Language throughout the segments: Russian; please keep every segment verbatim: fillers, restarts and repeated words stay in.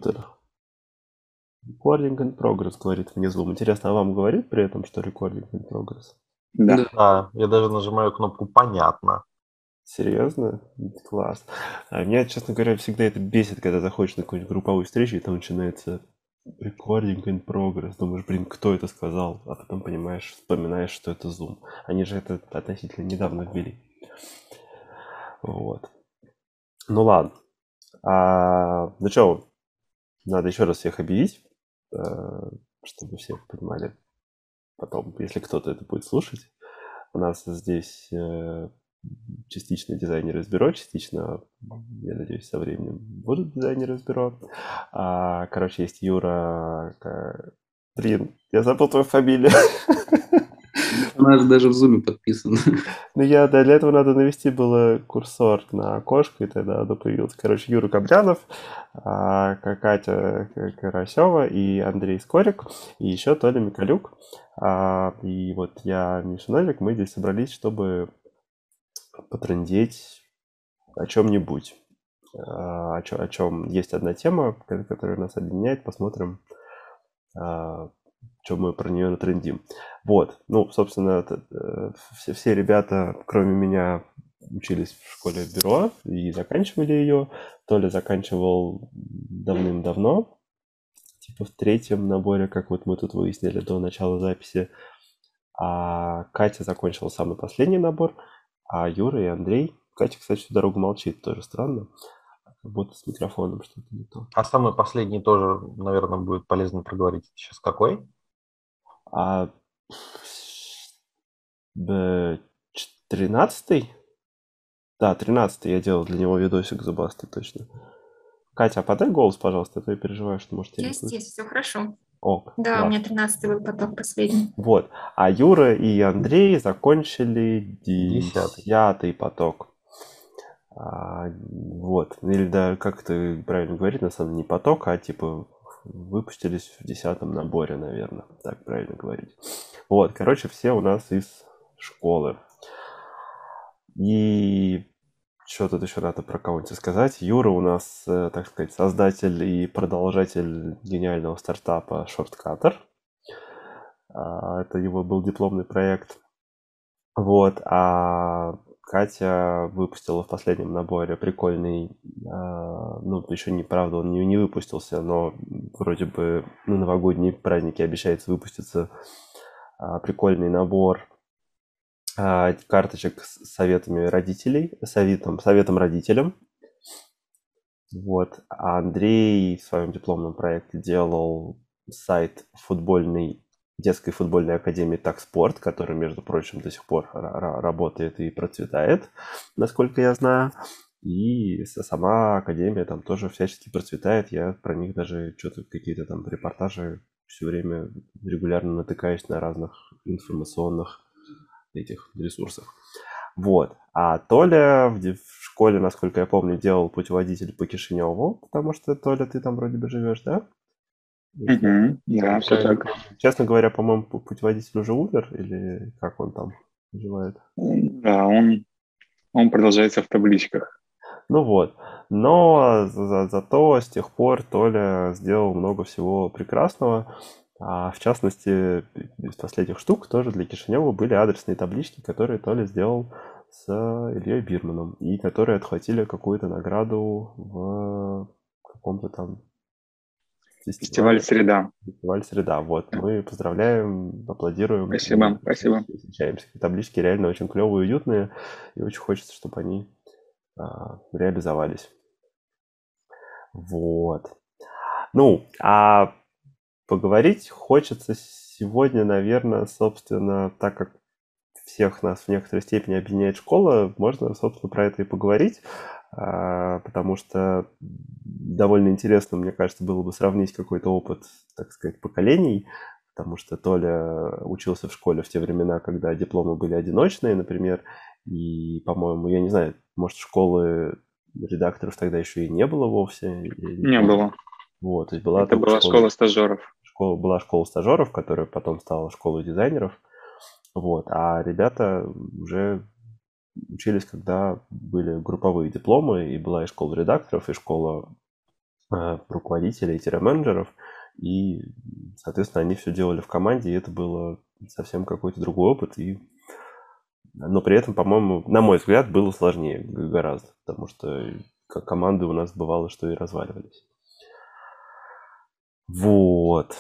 компьютер. Recording in progress, говорит мне Zoom. Интересно, а вам говорит при этом, что recording in progress? Да. Да. Да, я даже нажимаю кнопку «Понятно». Серьезно? Класс. А меня, честно говоря, всегда это бесит, когда заходишь на какую-нибудь групповую встречу, и там начинается recording in progress. Думаешь, блин, кто это сказал? А потом понимаешь, вспоминаешь, что это Zoom. Они же это относительно недавно ввели. Вот. Ну ладно. А, ну что, надо еще раз всех объявить, э, чтобы все понимали потом, если кто-то это будет слушать. У нас здесь э, частично дизайнеры из бюро, частично, я надеюсь, со временем будут дизайнеры из бюро. А, короче, есть Юра... к- Блин, я забыл твою фамилию. У нас даже в зуме подписан. Ну, я да, для этого надо навести было курсор на окошко, и тогда оно появилось. Короче, Юра Кобрянов, а, К- Катя К- Карасева и Андрей Скорик, и еще Толя Миколюк. А, И вот я, Миша Новик, мы здесь собрались, чтобы потрындеть о чем-нибудь. А, О чем, о чем есть одна тема, ко- которая нас объединяет. Посмотрим, а, что мы про нее натрендим. Вот. Ну, собственно, это, э, все, все ребята, кроме меня, учились в школе бюро и заканчивали ее. Толя заканчивал давным-давно, типа в третьем наборе, как вот мы тут выяснили до начала записи. А Катя закончила самый последний набор, а Юра и Андрей... Катя, кстати, всю дорогу молчит, тоже странно. Как будто с микрофоном что-то не то. А самый последний тоже, наверное, будет полезно проговорить. Сейчас какой? А б- ч- тринадцатый? Да, тринадцатый я делал для него видосик зубастый, точно. Катя, а подай голос, пожалуйста, а то я переживаю, что, может, я Я не слышу. здесь, все хорошо. Ок, Да, у класс. меня тринадцатый был поток последний. Вот. А Юра и Андрей закончили Десятый. десятый поток. А, вот. Или да, как это правильно говорить, на самом деле не поток, а типа выпустились в десятом наборе, наверное. Так правильно говорить. Вот, короче, все у нас из школы. И что тут еще надо про кого-нибудь сказать? Юра у нас, э, так сказать, создатель и продолжатель гениального стартапа Shortcutter. А, Это его был дипломный проект. Вот, а Катя выпустила в последнем наборе прикольный, а, ну, еще не, правда, он не, не выпустился, но вроде бы на новогодние праздники обещается выпуститься а, прикольный набор а, карточек с советами родителей, советом, советом родителям. Вот. А Андрей в своем дипломном проекте делал сайт футбольной, детской футбольной академии «Такспорт», который, между прочим, до сих пор ра- ра- работает и процветает, насколько я знаю. И с- сама академия там тоже всячески процветает. Я про них даже что-то какие-то там репортажи все время регулярно натыкаюсь на разных информационных этих ресурсах. Вот. А Толя в, ди- в школе, насколько я помню, делал путеводитель по Кишиневу, потому что, Толя, ты там вроде бы живешь, да? Если я Мгм. Да, все правильно так. помню. Честно говоря, по-моему, пу- путеводитель уже умер, или как он там называет? Да, он, он продолжается в табличках. Ну вот. Но за- за- зато с тех пор Толя сделал много всего прекрасного. А в частности, из последних штук тоже для Кишинева были адресные таблички, которые Толя сделал с Ильей Бирманом, и которые отхватили какую-то награду в каком-то там Фестиваль фестивале. «Среда». Фестиваль «Среда». Вот, мы поздравляем, аплодируем Спасибо, и спасибо. встречаемся. Таблички реально очень клевые, уютные, и очень хочется, чтобы они а, реализовались. Вот. Ну, а поговорить хочется сегодня, наверное, собственно, так как всех нас в некоторой степени объединяет школа, можно, собственно, про это и поговорить, а, потому что довольно интересно, мне кажется, было бы сравнить какой-то опыт, так сказать, поколений, потому что Толя учился в школе в те времена, когда дипломы были одиночные, например, и, по-моему, я не знаю, может, школы редакторов тогда еще и не было вовсе, я не Не помню. было. Вот, то есть была Это только была школа, школа стажеров. школа, была школа стажеров, которая потом стала школой дизайнеров. Вот, а ребята уже учились, когда были групповые дипломы, и была и школа редакторов, и школа руководителей-менеджеров, и, соответственно, они все делали в команде, и это было совсем какой-то другой опыт, и... но при этом, по-моему, на мой взгляд, было сложнее гораздо, потому что как команды у нас бывало, что и разваливались. Вот.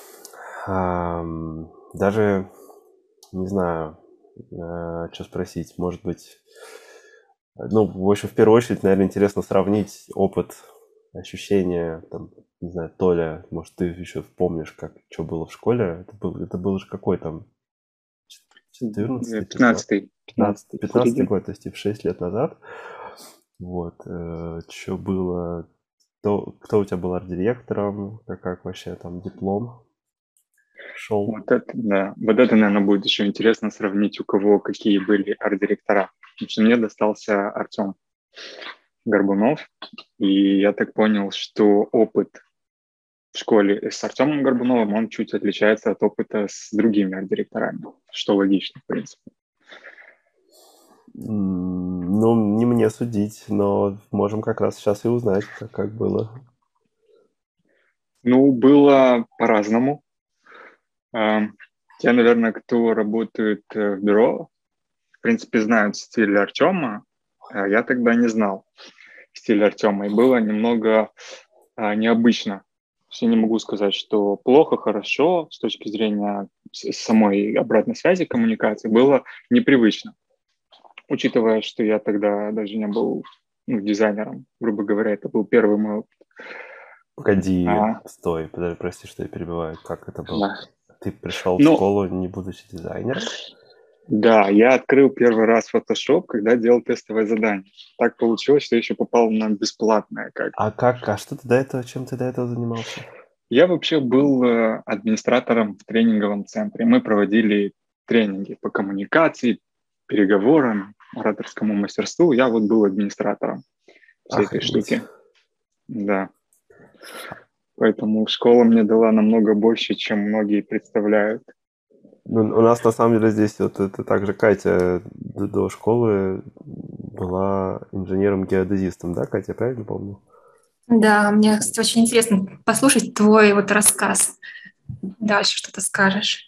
Даже, не знаю, что спросить, может быть... Ну, в общем, в первую очередь, наверное, интересно сравнить опыт, ощущения, там, не знаю, Толя, может, ты еще помнишь, как, что было в школе? Это был, это был же какой там, четырнадцатый, пятнадцатый, пятнадцатый, пятнадцатый год, то есть типа шесть лет назад. Вот, что было, кто, кто у тебя был арт-директором, как, как вообще там диплом шел? Вот это, да, вот это, наверное, будет еще интересно сравнить, у кого какие были арт-директора. Потому что мне достался Артем Горбунов, и я так понял, что опыт в школе с Артемом Горбуновым, он чуть отличается от опыта с другими арт-директорами, что логично, в принципе. Ну, не мне судить, но можем как раз сейчас и узнать, как, как было. Ну, было по-разному. Те, наверное, кто работает в бюро, в принципе, знают стиль Артема. Я тогда не знал стиль Артема, и было немного необычно. Я не могу сказать, что плохо, хорошо, с точки зрения самой обратной связи, коммуникации, было непривычно. Учитывая, что я тогда даже не был ну, дизайнером, грубо говоря, это был первый мой опыт. Погоди, а... стой, подожди, прости, что я перебиваю. Как это было? Да. Ты пришел ну, в школу, не будучи дизайнером? Да, я открыл первый раз Photoshop, когда делал тестовое задание. Так получилось, что я еще попал на бесплатное. Как. А как? А что ты до этого, чем ты до этого занимался? Я вообще был администратором в тренинговом центре. Мы проводили тренинги по коммуникации, переговорам, ораторскому мастерству. Я вот был администратором всей этой штуки. Да. Поэтому школа мне дала намного больше, чем многие представляют. Ну, у нас на самом деле здесь вот это также Катя до, до школы была инженером-геодезистом, да, Катя, я правильно помню? Да, мне, кстати, очень интересно послушать твой вот рассказ. Дальше что ты скажешь?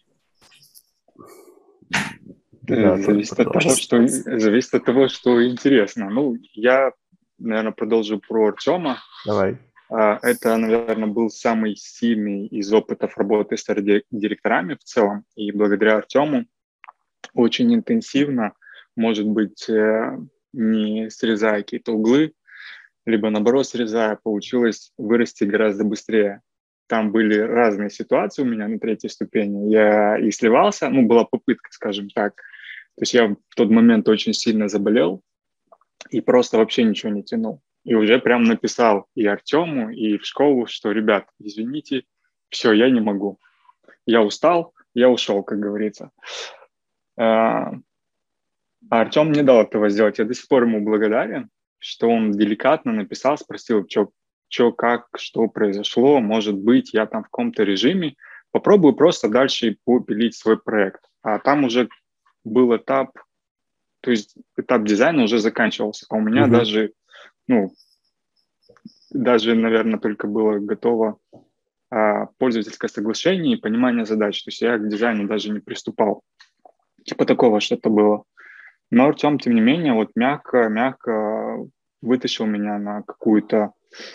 Да, зависит, от того, что, зависит от того, что интересно. Ну, я, наверное, продолжу про Артема. Давай. Это, наверное, был самый сильный из опытов работы с директорами в целом. И благодаря Артему очень интенсивно, может быть, не срезая какие-то углы, либо, наоборот, срезая, получилось вырасти гораздо быстрее. Там были разные ситуации у меня на третьей ступени. Я и сливался, ну, была попытка, скажем так. То есть я в тот момент очень сильно заболел и просто вообще ничего не тянул. И уже прям написал и Артему, и в школу, что, ребят, извините, все, я не могу. Я устал, я ушел, как говорится. А Артем не дал этого сделать. Я до сих пор ему благодарен, что он деликатно написал, спросил, что, что, как, что произошло. Может быть, я там в каком-то режиме. Попробую просто дальше попилить свой проект. А там уже был этап, то есть этап дизайна уже заканчивался. А у меня mm-hmm. даже, ну, даже, наверное, только было готово а, пользовательское соглашение и понимание задач. То есть я к дизайну даже не приступал. Типа такого что-то было. Но Артем, тем не менее, вот мягко-мягко вытащил меня на какую-то,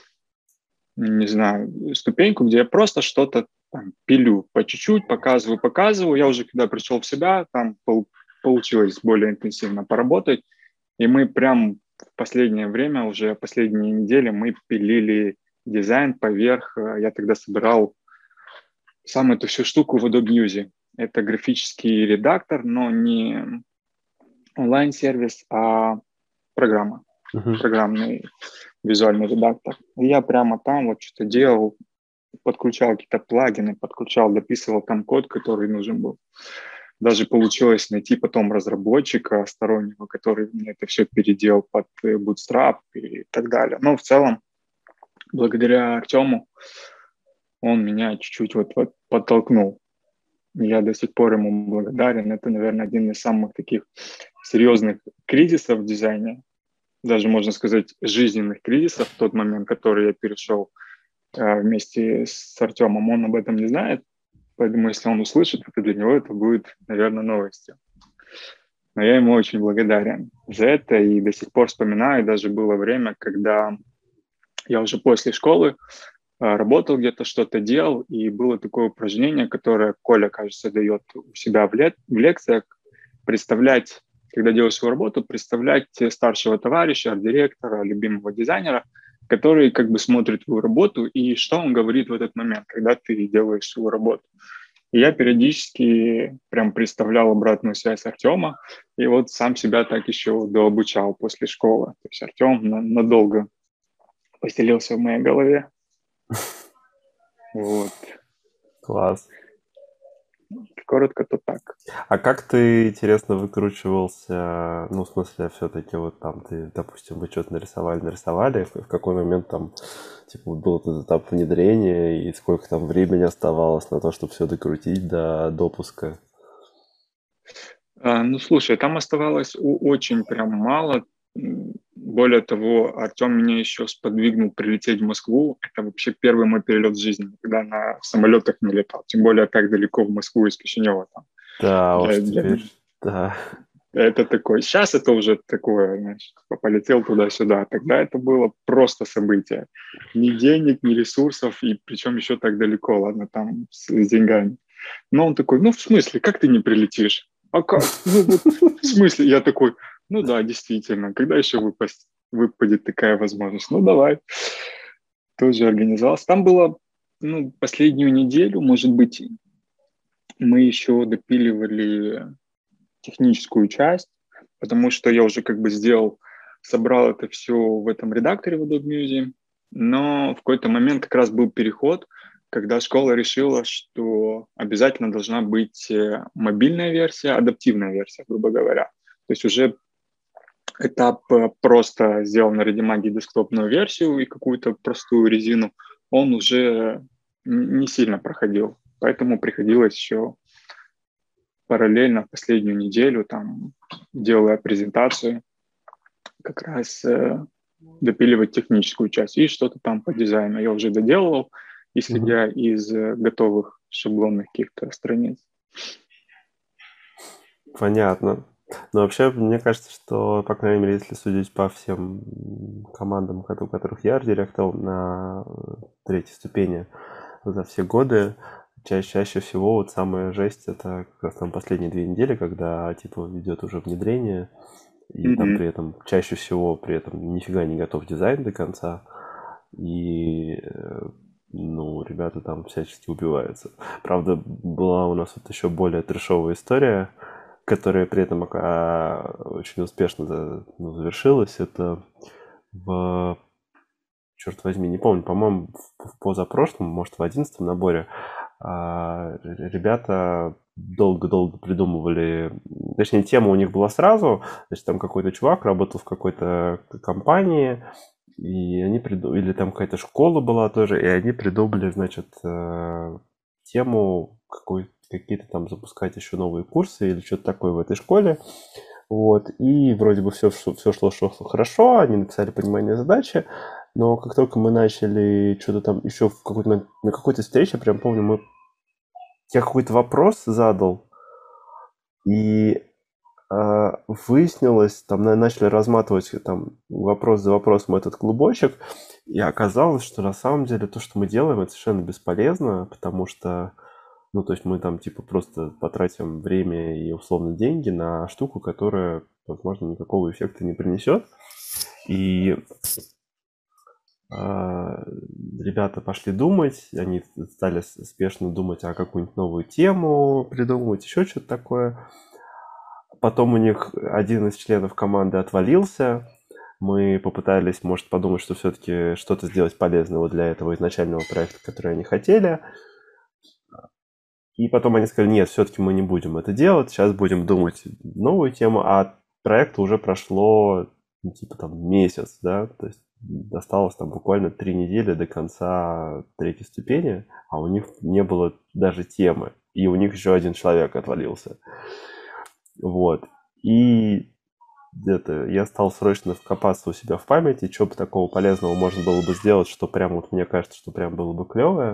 не знаю, ступеньку, где я просто что-то там пилю по чуть-чуть, показываю, показываю. Я уже, когда пришел в себя, там получилось более интенсивно поработать. И мы прям в последнее время, уже последние недели, мы пилили дизайн поверх. Я тогда собирал сам эту всю штуку в Adobe Muse. Это графический редактор, но не онлайн-сервис, а программа, uh-huh. программный визуальный редактор. И я прямо там вот что-то делал, подключал какие-то плагины, подключал, дописывал там код, который нужен был. Даже получилось найти потом разработчика стороннего, который мне это все переделал под Bootstrap и так далее. Но в целом, благодаря Артему, он меня чуть-чуть вот, вот подтолкнул. Я до сих пор ему благодарен. Это, наверное, один из самых таких серьезных кризисов в дизайне, даже, можно сказать, жизненных кризисов в тот момент, который я перешел. вместе с Артемом. Он об этом не знает, поэтому если он услышит, это для него это будет, наверное, новостью. Но я ему очень благодарен за это и до сих пор вспоминаю. Даже было время, когда я уже после школы работал где-то, что-то делал, и было такое упражнение, которое Коля, кажется, дает у себя в, лет, в лекциях, представлять, когда делаешь свою работу, представлять старшего товарища, арт-директора, любимого дизайнера, который как бы смотрит твою работу и что он говорит в этот момент, когда ты делаешь свою работу. И я периодически прям представлял обратную связь Артема, и вот сам себя так еще дообучал после школы. То есть Артем надолго поселился в моей голове. Вот. Класс. Коротко, то так. А как ты, интересно, выкручивался, ну, в смысле, все-таки вот там ты, допустим, вы что-то нарисовали, нарисовали, в какой момент там, типа, был этот этап внедрения, и сколько там времени оставалось на то, чтобы все докрутить до допуска? А, ну, слушай, там оставалось очень прям мало. Более того, Артем меня еще сподвигнул прилететь в Москву. Это вообще первый мой перелет в жизни, когда на самолетах не летал. Тем более так далеко в Москву из Кишинева. Там. Да, уж я, теперь, я, да. Это такое. Сейчас это уже такое, знаешь, полетел туда-сюда. Тогда это было просто событие. Ни денег, ни ресурсов, и причем еще так далеко, ладно, там с, с деньгами. Но он такой, ну, в смысле, как ты не прилетишь? А как? Ну, вот, в смысле? Я такой, ну да, действительно, когда еще выпасть, выпадет такая возможность? Ну, давай. Тоже организовался. Там было, ну, последнюю неделю, может быть, мы еще допиливали техническую часть, потому что я уже как бы сделал, собрал это все в этом редакторе в Adobe Music, но в какой-то момент как раз был переход, когда школа решила, что обязательно должна быть мобильная версия, адаптивная версия, грубо говоря. То есть уже этап просто сделал на Ready-Magi десктопную версию и какую-то простую резину, он уже не сильно проходил, поэтому приходилось еще параллельно в последнюю неделю, там, делая презентацию, как раз э, допиливать техническую часть и что-то там по дизайну я уже доделывал, исходя mm-hmm. из э, готовых шаблонных каких-то страниц. Понятно. Но вообще, мне кажется, что, по крайней мере, если судить по всем командам, у которых я арт-директор на третьей ступени за все годы, Чаще, чаще всего вот самая жесть это как раз там последние две недели, когда типа идет уже внедрение, и mm-hmm. там при этом чаще всего при этом нифига не готов дизайн до конца, и ну, ребята там всячески убиваются. Правда, была у нас вот еще более трэшовая история, которая при этом очень успешно ну, завершилась. Это в, черт возьми, не помню, по-моему, в позапрошлом, может, в одиннадцатом наборе ребята долго-долго придумывали, точнее, тема у них была сразу, значит, там какой-то чувак работал в какой-то компании, и они придумали, или там какая-то школа была тоже, и они придумали, значит, тему какой, какие-то там запускать еще новые курсы или что-то такое в этой школе, вот, и вроде бы все, все шло, шло хорошо, они написали понимание задачи, но как только мы начали что-то там еще в какой-то момент, на какой-то встрече, прям помню, мы я какой-то вопрос задал, и э, выяснилось, там начали разматывать там вопрос за вопросом этот клубочек, и оказалось, что на самом деле то, что мы делаем, это совершенно бесполезно, потому что, ну, то есть мы там типа просто потратим время и условно деньги на штуку, которая, возможно, никакого эффекта не принесет, и ребята пошли думать, они стали спешно думать о какую-нибудь новую тему, придумывать еще что-то такое. Потом у них один из членов команды отвалился. Мы попытались, может, подумать, что все-таки что-то сделать полезное вот для этого изначального проекта, который они хотели. И потом они сказали, нет, все-таки мы не будем это делать, сейчас будем думать новую тему, а проекту уже прошло, ну, типа там месяц, да, то есть осталось там буквально три недели до конца третьей ступени, а у них не было даже темы, и у них еще один человек отвалился. Вот. И где-то я стал срочно вкопаться у себя в памяти, что бы такого полезного можно было бы сделать, что прям вот мне кажется, что прям было бы клевое.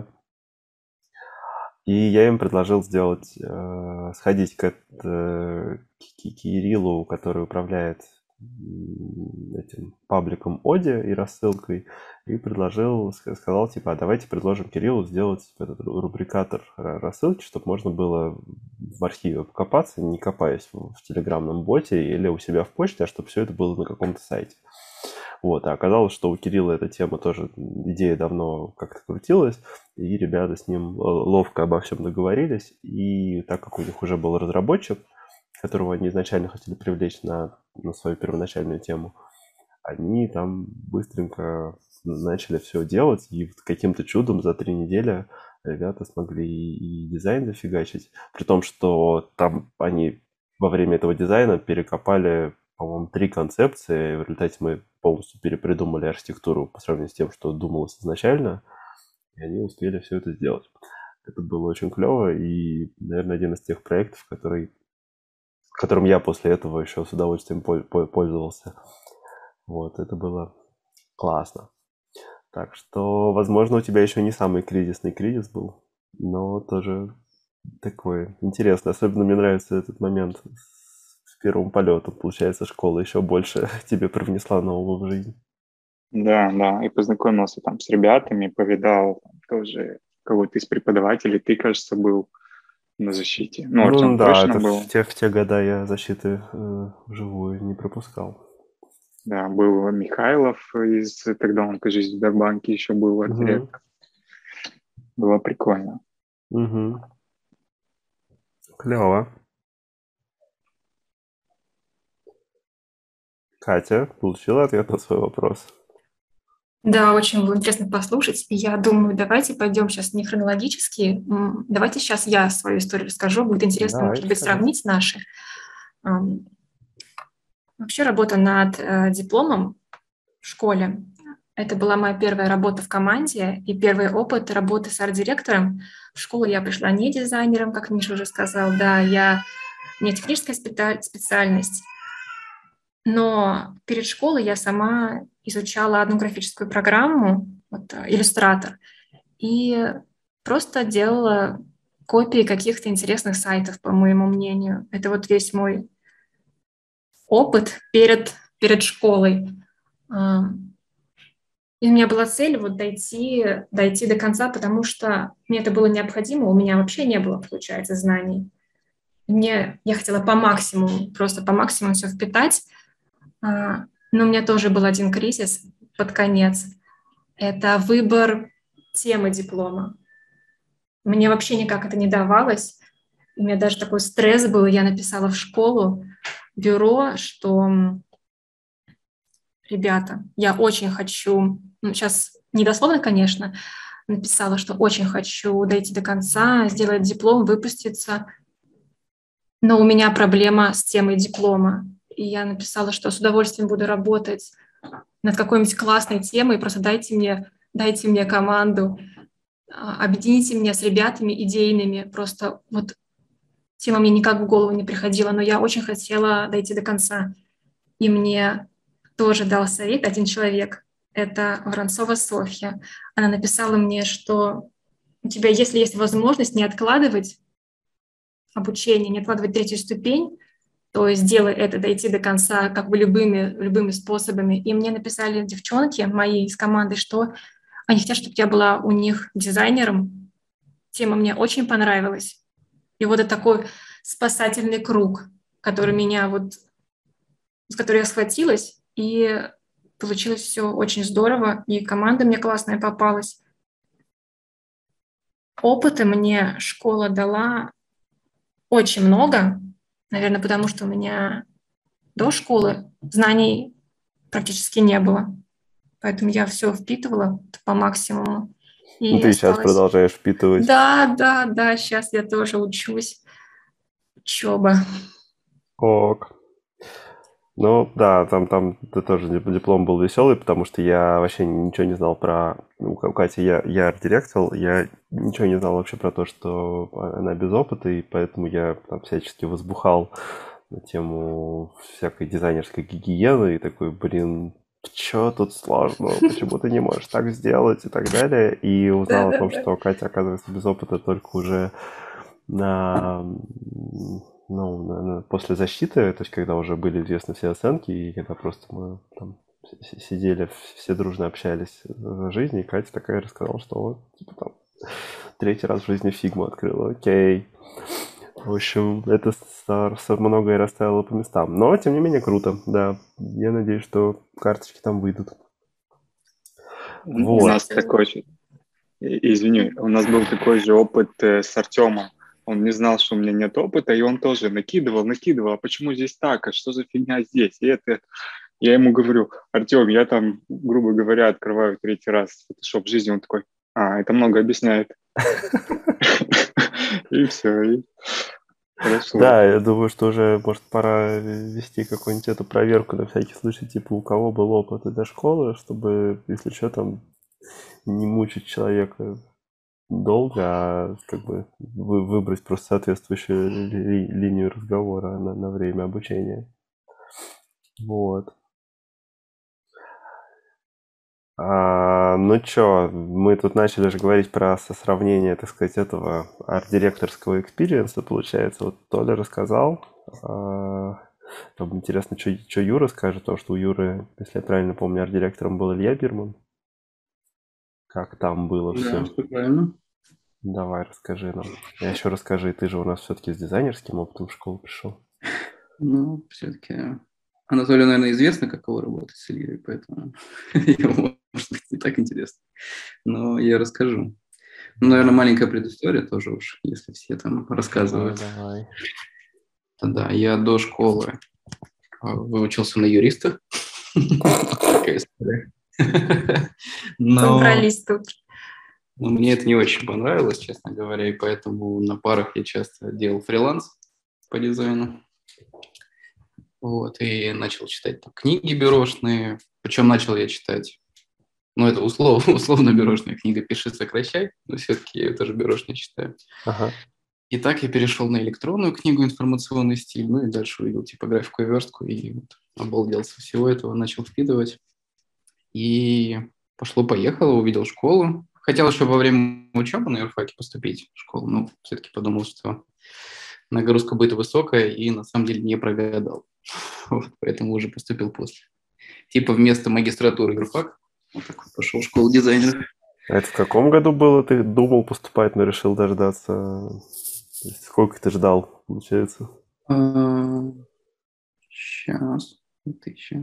И я им предложил сделать, э, сходить к, э, к Кириллу, который управляет этим пабликом Оди и рассылкой, и предложил, сказал, типа, а давайте предложим Кириллу сделать этот рубрикатор рассылки, чтобы можно было в архиве покопаться, не копаясь в, в телеграмном боте или у себя в почте, а чтобы все это было на каком-то сайте. Вот, а оказалось, что у Кирилла эта тема тоже, идея давно как-то крутилась, и ребята с ним ловко обо всем договорились, и так как у них уже был разработчик, которого они изначально хотели привлечь на, на свою первоначальную тему, они там быстренько начали все делать, и вот каким-то чудом за три недели ребята смогли и, и дизайн зафигачить, при том, что там они во время этого дизайна перекопали, по-моему, три концепции, в результате мы полностью перепридумали архитектуру по сравнению с тем, что думалось изначально, и они успели все это сделать. Это было очень клево, и, наверное, один из тех проектов, который которым я после этого еще с удовольствием пользовался. Вот, это было классно. Так что, возможно, у тебя еще не самый кризисный кризис был, но тоже такой интересный. Особенно мне нравится этот момент с первым полетом. Получается, школа еще больше тебе привнесла нового в жизнь. Да, да, и познакомился там с ребятами, повидал там, тоже кого-то из преподавателей. Ты, кажется, был на защите. Ну, Артем ну да, точно это был. В, те, в те года я защиты э, вживую не пропускал. Да, был Михайлов из, тогда он, кажется, в Сбербанке еще был арт-директор. Угу. Было прикольно. Угу. Клево. Катя, получила ответ на свой вопрос? Да, очень было интересно послушать. Я думаю, давайте пойдем сейчас не хронологически. Давайте сейчас я свою историю расскажу. Будет интересно, Давай, может быть, сравнить наши. Вообще работа над э, дипломом в школе. Это была моя первая работа в команде и первый опыт работы с арт-директором. В школу я пришла не дизайнером, как Миша уже сказал. Да, я не техническая специальность. Но перед школой я сама изучала одну графическую программу, вот, иллюстратор, и просто делала копии каких-то интересных сайтов, по моему мнению. Это вот весь мой опыт перед, перед школой. И у меня была цель вот дойти, дойти до конца, потому что мне это было необходимо, у меня вообще не было, получается, знаний. Мне, я хотела по максимуму, просто по максимуму все впитать, но у меня тоже был один кризис под конец. Это выбор темы диплома. Мне вообще никак это не давалось. У меня даже такой стресс был. Я написала в школу, в бюро, что, ребята, я очень хочу, ну, сейчас недословно, конечно, написала, что очень хочу дойти до конца, сделать диплом, выпуститься, но у меня проблема с темой диплома. И я написала, что с удовольствием буду работать над какой-нибудь классной темой, просто дайте мне, дайте мне команду, объедините меня с ребятами идейными. Просто вот тема мне никак в голову не приходила, но я очень хотела дойти до конца. И мне тоже дал совет один человек, это Воронцова Софья. Она написала мне, что у тебя, если есть возможность не откладывать обучение, не откладывать третью ступень, то сделай это, дойти до конца как бы любыми, любыми способами. И мне написали девчонки мои из команды, что они хотят, чтобы я была у них дизайнером. Тема мне очень понравилась. И вот это такой спасательный круг, который меня вот, с которой я схватилась, и получилось все очень здорово, и команда мне классная попалась. Опыта мне школа дала очень много, наверное, потому что у меня до школы знаний практически не было. Поэтому я все впитывала по максимуму. И ну, ты осталось... сейчас продолжаешь впитывать. Да, да, да, сейчас я тоже учусь. Учеба. Ок. Ну, да, там, там тоже диплом был веселый, потому что я вообще ничего не знал про... Ну, у Кати я, я арт-директор, я ничего не знал вообще про то, что она без опыта, и поэтому я там всячески возбухал на тему всякой дизайнерской гигиены, и такой, блин, что тут сложно, почему ты не можешь так сделать и так далее. И узнал о том, что Катя, оказывается, без опыта только уже на, ну, на, на, после защиты, то есть когда уже были известны все оценки, и когда просто мы там сидели, все дружно общались за жизнь, и Катя такая рассказала, что вот, типа там, третий раз в жизни фигму открыла, окей. В общем, это многое расставило по местам. Но, тем не менее, круто, да. Я надеюсь, что карточки там выйдут. Вот. У нас такой же, извини, у нас был такой же опыт с Артемом. Он не знал, что у меня нет опыта, и он тоже накидывал, накидывал, а почему здесь так, а что за фигня здесь, и это... Я ему говорю, Артем, я там, грубо говоря, открываю третий раз Photoshop в жизни. Он такой, а, это много объясняет. И все. Да, я думаю, что уже, может, пора вести какую-нибудь эту проверку на всякий случай, типа, у кого был опыт до школы, чтобы, если что, там, не мучить человека долго, а как бы выбрать просто соответствующую ли, линию разговора на, на время обучения. Вот. А, ну чё, мы тут начали же говорить про сравнение, так сказать, этого арт-директорского экспириенса, получается. Вот Толя рассказал. А, там интересно, что Юра скажет, потому что у Юры, если я правильно помню, арт-директором был Илья Бирман. Как там было все? Да, все правильно. Давай, расскажи нам. Я еще расскажи, ты же у нас все-таки с дизайнерским опытом в школу пришел. Ну, все-таки Анатолию, наверное, известно, каково работать с Ильей, поэтому ему, может быть, не так интересно. Но я расскажу. Ну, наверное, маленькая предыстория тоже уж, если все там рассказывают. Давай, давай. Да, я до школы выучился на юриста. Такая история. Собрались тут. Но мне это не очень понравилось, честно говоря, и поэтому на парах я часто делал фриланс по дизайну. Вот, и начал читать там книги бюрошные. Причем начал я читать, ну, это условно, условно бюрошная книга «Пиши, сокращай», но все-таки я ее тоже бюрошно читаю. Ага. И так я перешел на электронную книгу «Информационный стиль», ну и дальше увидел типографику и верстку, и вот обалдел со всего этого, начал впитывать. И пошло-поехало, увидел школу. Хотел еще во время учебы на юрфаке поступить в школу, но все-таки подумал, что нагрузка будет высокая, и на самом деле не прогадал. Вот, поэтому уже поступил после. Типа вместо магистратуры юрфак вот так вот пошел в школу дизайнеров. А это в каком году было? Ты думал поступать, но решил дождаться? Сколько ты ждал, получается? Сейчас. две тысячи.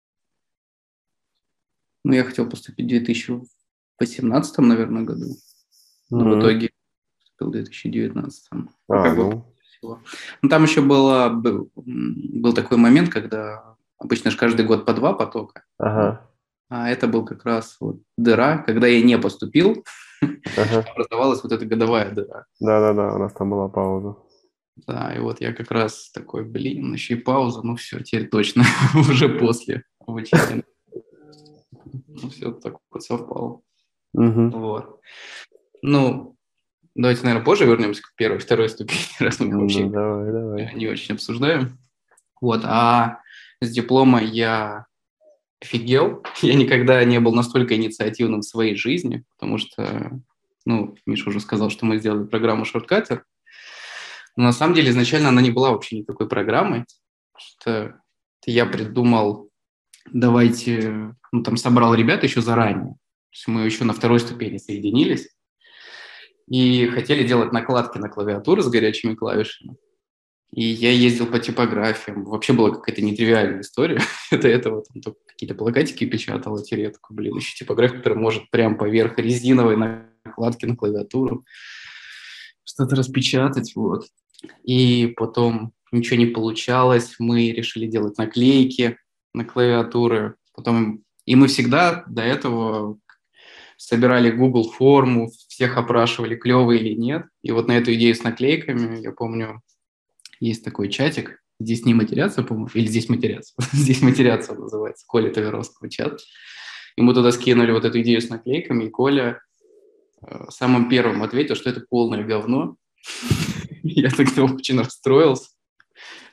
Ну, я хотел поступить в две тысячи восемнадцатом, наверное, году. Но mm-hmm. в итоге поступил в две тысячи девятнадцатом. А, как ну... бы Ну, там еще было, был, был такой момент, когда обычно же каждый год по два потока. Ага. А это был как раз вот дыра, когда я не поступил, ага. образовалась вот эта годовая дыра. Да-да-да, у нас там была пауза. Да, и вот я как раз такой, блин, еще и пауза, ну все, теперь точно, уже после обучения. Ну все, так вот совпало. Угу. Вот. Ну, давайте, наверное, позже вернемся к первой, второй ступени, раз мы вообще ну, давай, давай. не очень обсуждаем. Вот, а с диплома я офигел. Я никогда не был настолько инициативным в своей жизни, потому что, ну, Миша уже сказал, что мы сделали программу Shortcutter. Но на самом деле изначально она не была вообще никакой программой. Что я придумал, давайте, ну, там собрал ребят еще заранее. То есть мы еще на второй ступени соединились и хотели делать накладки на клавиатуру с горячими клавишами. И я ездил по типографиям. Вообще была какая-то нетривиальная история. До этого там только какие-то плакатики печатал. А теперь я такой, блин, еще типография, которая может прям поверх резиновой накладки на клавиатуру что-то распечатать. Вот. И потом ничего не получалось. Мы решили делать наклейки на клавиатуры. Потом... И мы всегда до этого собирали Google форму, всех опрашивали, клевые или нет. И вот на эту идею с наклейками, я помню, есть такой чатик, здесь не матерятся, по-моему, или здесь матерятся, здесь матерятся он называется, Коля Таверовского чат. И мы туда скинули вот эту идею с наклейками, и Коля э, самым первым ответил, что это полное говно. Я тогда очень расстроился,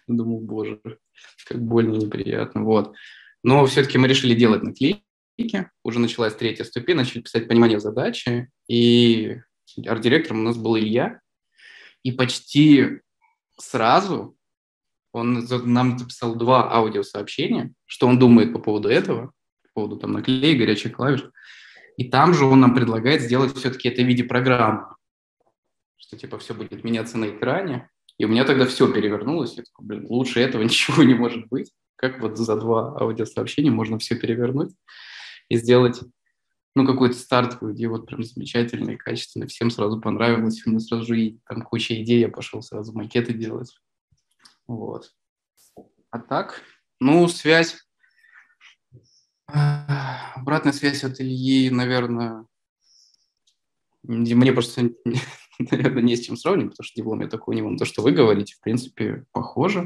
Думал, боже, как больно и неприятно. Вот. Но все-таки мы решили делать наклейки. Уже началась третья ступень, начали писать понимание задачи. И арт-директором у нас был Илья. И почти сразу он нам записал два аудиосообщения, что он думает по поводу этого, по поводу там наклеек, горячих клавиш. И там же он нам предлагает сделать все-таки это в виде программы, что типа все будет меняться на экране. И у меня тогда все перевернулось. Я такой, блин, лучше этого ничего не может быть. Как вот за два аудиосообщения можно все перевернуть и сделать, ну, какую-то стартовую идею, вот прям замечательно и качественно. Всем сразу понравилось. У меня сразу же и там куча идей, я пошел сразу макеты делать. Вот. А так, ну, связь, обратная связь от Ильи, наверное, мне просто, наверное, не с чем сравнивать, потому что диплом я такой не вон. То, что вы говорите, в принципе, похоже.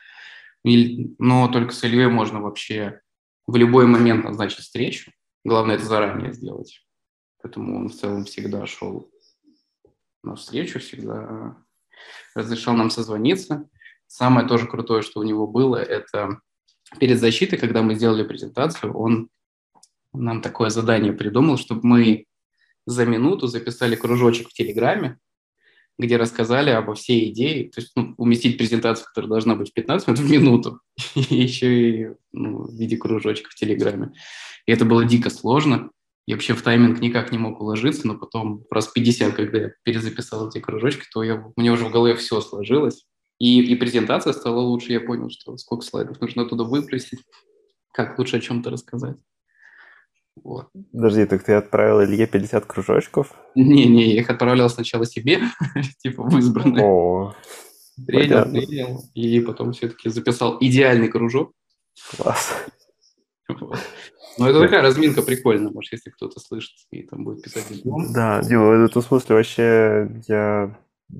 Но только с Ильей можно вообще в любой момент назначить встречу. Главное, это заранее сделать. Поэтому он в целом всегда шел на встречу, всегда разрешал нам созвониться. Самое тоже крутое, что у него было, это перед защитой, когда мы сделали презентацию, он нам такое задание придумал, чтобы мы за минуту записали кружочек в Телеграме, где рассказали обо всей идее, то есть ну, уместить презентацию, которая должна быть в пятнадцать минут, в минуту, и еще и ну, в виде кружочка в Телеграме. И это было дико сложно. Я вообще в тайминг никак не мог уложиться, но потом раз пятьдесят, когда я перезаписал эти кружочки, то я, у меня уже в голове все сложилось. И, и презентация стала лучше, я понял, что сколько слайдов нужно оттуда выплюсить, как лучше о чем-то рассказать. Вот. Подожди, так ты отправил Илье пятьдесят кружочков? Не-не, я их отправлял сначала себе, типа в избранные. О, Принял, понятно. принял, и потом все-таки записал идеальный кружок. Класс. Вот. Ну, это такая разминка прикольная, может, если кто-то слышит и там будет писать диплом. Да, Дима, в этом смысле вообще я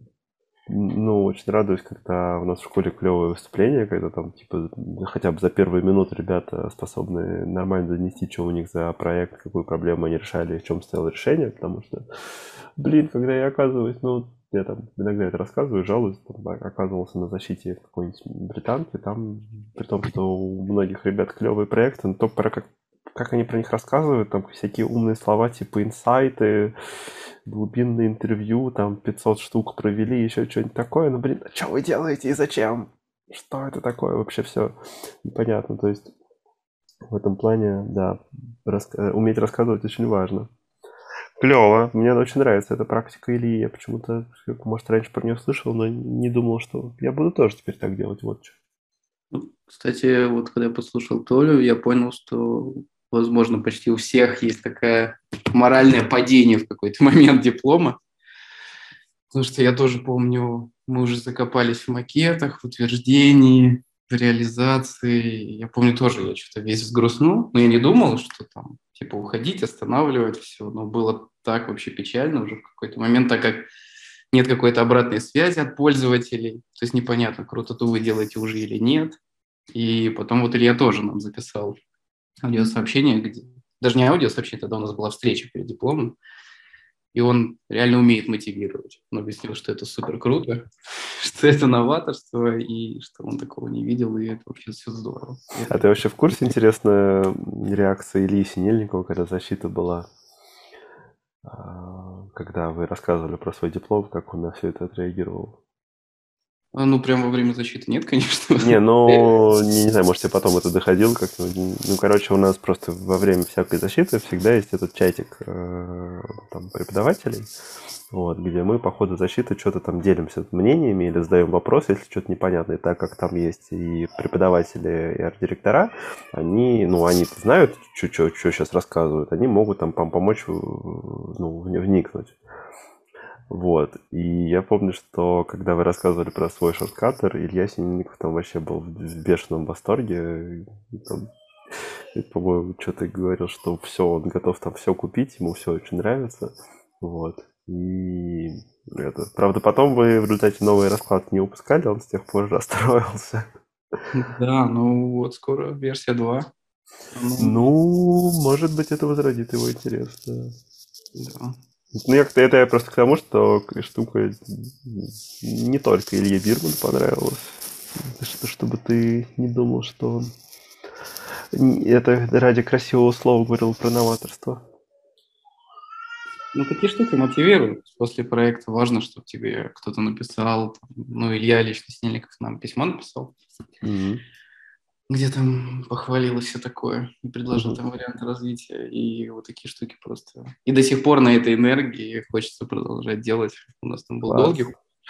ну, очень радуюсь, когда у нас в школе клевое выступление, когда там, типа, хотя бы за первые минуты ребята способны нормально донести, что у них за проект, какую проблему они решали и в чем стояло решение, потому что, блин, когда я оказываюсь, ну, я там иногда это рассказываю, жалуюсь, там, оказывался на защите какой-нибудь британки, там, при том, что у многих ребят клевые проекты, но то, про как, как они про них рассказывают, там всякие умные слова, типа инсайты, глубинное интервью, там пятьсот штук провели, еще что-нибудь такое, ну, блин, а что вы делаете и зачем? Что это такое? Вообще все непонятно, то есть в этом плане, да, раска- уметь рассказывать очень важно. Клево, мне очень нравится эта практика Ильи, я почему-то, может, раньше про нее слышал, но не думал, что я буду тоже теперь так делать, вот что. Кстати, вот когда я послушал Толю, я понял, что, возможно, почти у всех есть такое моральное падение в какой-то момент диплома. Потому что я тоже помню, мы уже закопались в макетах, в утверждении, в реализации. Я помню тоже, я что-то весь взгрустнул, но я не думал, что там, типа, уходить, останавливать все. Но было так вообще печально уже в какой-то момент, так как нет какой-то обратной связи от пользователей. То есть непонятно, круто-то вы делаете уже или нет. И потом вот Илья тоже нам записал аудиосообщение, где... даже не аудиосообщение, тогда у нас была встреча перед дипломом, и он реально умеет мотивировать. Он объяснил, что это супер круто, что это новаторство, и что он такого не видел, и это вообще все здорово. А ты вообще в курсе, интересно, реакции Ильи Синельникова, когда защита была, когда вы рассказывали про свой диплом, как он на все это отреагировал? А, ну, прямо во время защиты нет, конечно. Не, ну, не, не знаю, может, тебе потом это доходило как-то. Ну, короче, у нас просто во время всякой защиты всегда есть этот чатик э, там, преподавателей, вот, где мы по ходу защиты что-то там делимся мнениями или задаем вопросы, если что-то непонятно. И так как там есть и преподаватели, и арт-директора, они, ну, они знают, что сейчас рассказывают, они могут там помочь, ну, вникнуть. Вот, и я помню, что когда вы рассказывали про свой шорткатер, Илья Синельников там вообще был в бешеном восторге. Там, по-моему, что-то говорил, что все, он готов там все купить, ему все очень нравится. Вот, и это... Правда, потом вы в результате новый расклад не выпускали, он с тех пор расстроился. Да, ну вот скоро версия два. Ну, может быть, это возродит его интерес, да. Да. Ну, я, это я просто к тому, что штука не только Илье Бирману понравилась. Что, чтобы ты не думал, что он это ради красивого слова говорил про новаторство. Ну, такие штуки мотивируют. После проекта важно, чтобы тебе кто-то написал. Ну, Илья лично Снельников нам письмо написал, Mm-hmm. где там похвалил и все такое, и предложил Mm-hmm. там варианты развития, и вот такие штуки просто. И до сих пор на этой энергии хочется продолжать делать. У нас там был Класс. долгий.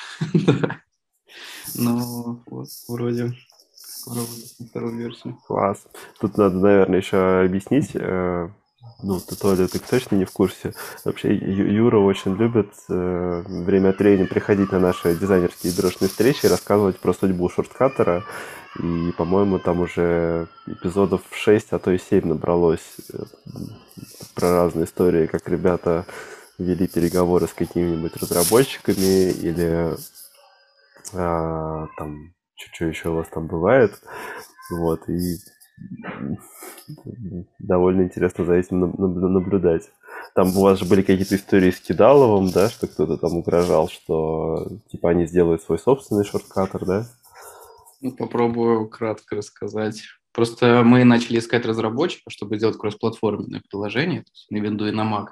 Но вот вроде скоро выпустим вторую версию. Класс. Тут надо, наверное, еще объяснить. э, Ну, ты, Толя, ты точно не в курсе. Вообще, Ю- Юра очень любит э, время от времени приходить на наши дизайнерские бюрошные встречи и рассказывать про судьбу шорткатера. И, по-моему, там уже эпизодов шесть, а то и семь набралось э, про разные истории, как ребята вели переговоры с какими-нибудь разработчиками или а, там, что еще у вас там бывает. Вот, и довольно интересно за этим наблюдать. Там у вас же были какие-то истории с Кидаловым, да, что кто-то там угрожал, что типа они сделают свой собственный шорткатер, да? Ну, попробую кратко рассказать. Просто мы начали искать разработчика, чтобы сделать кроссплатформенное приложение, то есть на Windows и на Mac.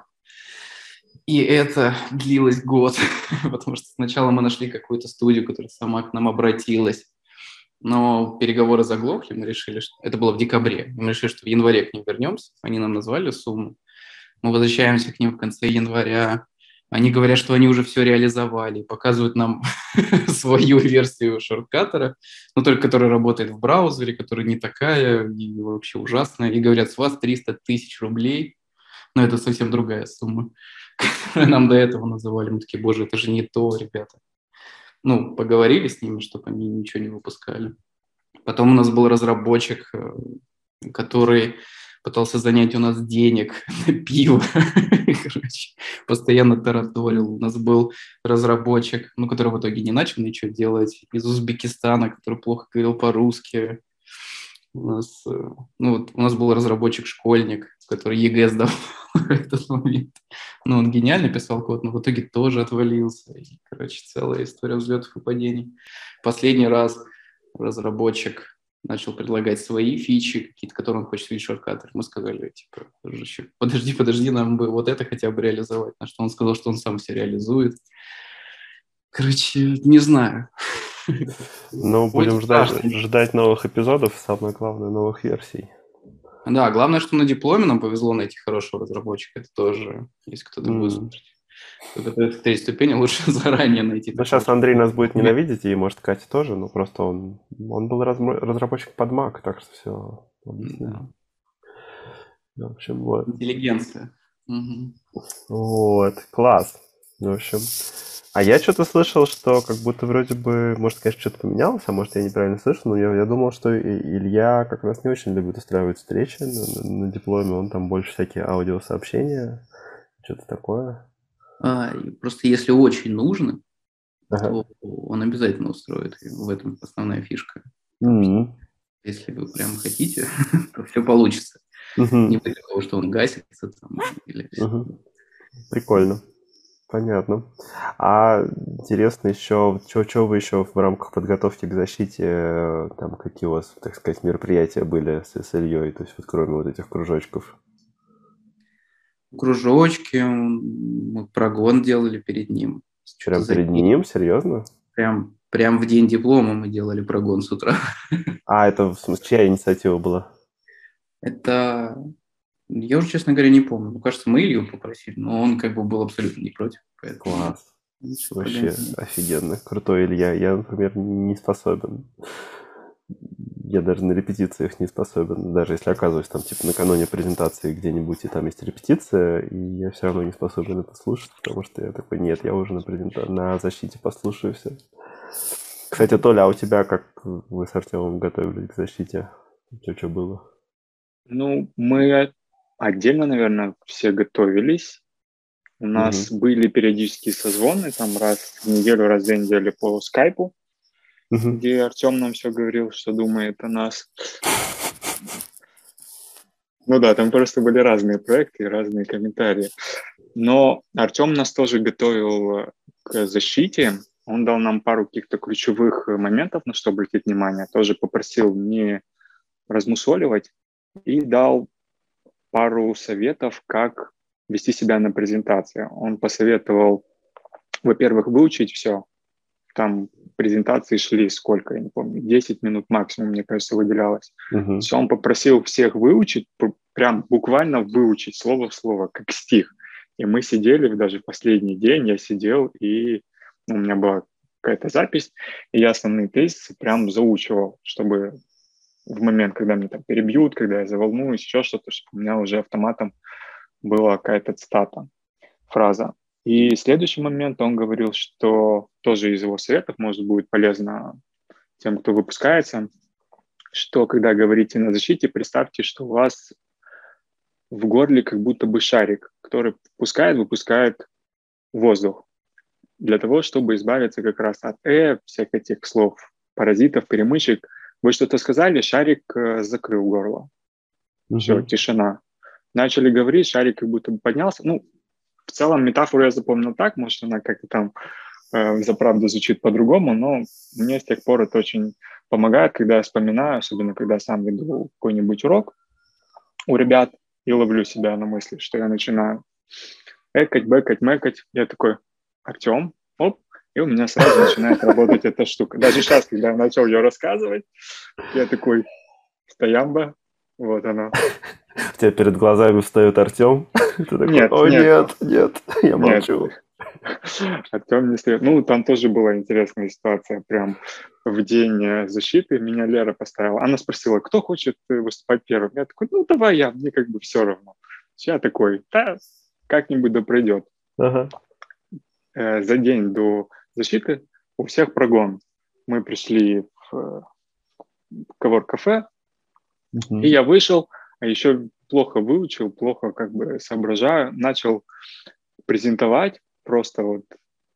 И это длилось год, потому что сначала мы нашли какую-то студию, которая сама к нам обратилась, но переговоры заглохли, мы решили, что это было в декабре, мы решили, что в январе к ним вернемся, они нам назвали сумму, мы возвращаемся к ним в конце января, они говорят, что они уже все реализовали, показывают нам свою версию шорткатера, но только которая работает в браузере, которая не такая и вообще ужасная, и говорят, с вас триста тысяч рублей, но это совсем другая сумма, которую нам до этого называли. Мы такие, боже, это же не то, ребята. Ну, поговорили с ними, чтобы они ничего не выпускали. Потом у нас был разработчик, который пытался занять у нас денег на пиво. Короче, постоянно тараторил. У нас был разработчик, ну, который в итоге не начал ничего делать, из Узбекистана, который плохо говорил по-русски. У нас, ну, вот у нас был разработчик-школьник, который ЕГЭ сдавал в этот момент. Ну, он гениально писал код, но в итоге тоже отвалился. И, короче, целая история взлетов и падений. Последний раз разработчик начал предлагать свои фичи, какие-то, которые он хочет видеть в шорткатере. Мы сказали, типа, подожди, подожди, нам бы вот это хотя бы реализовать. На что он сказал, что он сам все реализует. Короче, не знаю. Ну, будем ждать, ждать новых эпизодов, самое главное, новых версий. Да, главное, что на дипломе нам повезло найти хорошего разработчика. Это тоже, если кто-то mm. будет смотреть. Только в третьей ступени лучше заранее найти. Ну, сейчас Андрей нас будет ненавидеть, и, может, Катя тоже, но просто он, он был раз, разработчик под Mac, так что все. Да. В общем, вот. Интеллигенция. Угу. Вот, класс. В общем... А я что-то слышал, что как будто вроде бы, может, конечно, что-то поменялось, а может, я неправильно слышал, но я, я думал, что Илья как раз не очень любит устраивать встречи на, на, на дипломе, он там больше всякие аудиосообщения, что-то такое. А, просто если очень нужно, ага. то он обязательно устроит, в этом основная фишка. Mm-hmm. Если вы прям хотите, то все получится. Mm-hmm. Не будет такого, что он гасится там, или... Mm-hmm. Прикольно. Понятно. А интересно еще, что вы еще в рамках подготовки к защите, там какие у вас, так сказать, мероприятия были с, с Ильей, то есть вот кроме вот этих кружочков? Кружочки, мы прогон делали перед ним. Прям перед ним? Серьезно? Прям, прям в день диплома мы делали прогон с утра. А, это в смысле, чья инициатива была? Это... Я уже, честно говоря, не помню. Мне кажется, мы Илью попросили, но он как бы был абсолютно не против. Поэтому... Класс. Вообще понятно. Офигенно. Крутой Илья. Я, например, не способен. Я даже на репетициях не способен. Даже если оказываюсь там, типа, накануне презентации где-нибудь, и там есть репетиция, и я все равно не способен это слушать, потому что я такой, нет, я уже на, презента... на защите послушаю все. Кстати, Толя, а у тебя как вы с Артемом готовились к защите? Что было? Ну, мы... Отдельно, наверное, все готовились. У нас uh-huh. были периодические созвоны, там раз в неделю, раз в две недели по скайпу, uh-huh. где Артем нам все говорил, что думает о нас. Ну да, там просто были разные проекты и разные комментарии. Но Артем нас тоже готовил к защите, Он дал нам пару каких-то ключевых моментов, на что обратить внимание. Тоже попросил не размусоливать и дал пару советов, как вести себя на презентации. Он посоветовал, во-первых, выучить все. Там презентации шли сколько, я не помню, десять минут максимум, мне кажется, выделялось. Мгм. Все, он попросил всех выучить, п- прям буквально выучить слово в слово, как стих. И мы сидели, даже в последний день я сидел, и ну, у меня была какая-то запись, и я основные тезисы прям заучивал, чтобы в момент, когда меня там перебьют, когда я заволнуюсь, еще что-то, чтобы у меня уже автоматом была какая-то цитата, фраза. И следующий момент он говорил, что тоже из его советов, может, будет полезно тем, кто выпускается, что когда говорите на защите, представьте, что у вас в горле как будто бы шарик, который впускает, выпускает воздух для того, чтобы избавиться как раз от «э», всех этих слов, паразитов, перемычек. Вы что-то сказали, шарик э, закрыл горло. Все, Мгм. тишина. Начали говорить, шарик как будто бы поднялся. Ну, в целом метафору я запомнил так, может, она как-то там э, за правду звучит по-другому, но мне с тех пор это очень помогает, когда я вспоминаю, особенно когда сам веду какой-нибудь урок у ребят и ловлю себя на мысли, что я начинаю экать, бэкать, мэкать. Я такой, Артем, оп, и у меня сразу начинает работать эта штука. Даже сейчас, когда я начал ее рассказывать, я такой, стоямба, вот оно. У тебя перед глазами встает Артем. Ты такой, Нет, о нет, нет, нет, я нет. Ну, молчу. Артем не стоит. Ну, там тоже была интересная ситуация. Прям в день э, защиты меня Лера поставила. Она спросила, кто хочет э, выступать первым. Я такой, ну, давай я, мне как бы все равно. Я такой, да, как-нибудь да пройдет. Ага. Э, за день до защиты у всех прогон. Мы пришли в э, Кавор-кафе, Мгм. и я вышел, а еще плохо выучил, плохо как бы соображаю, начал презентовать просто вот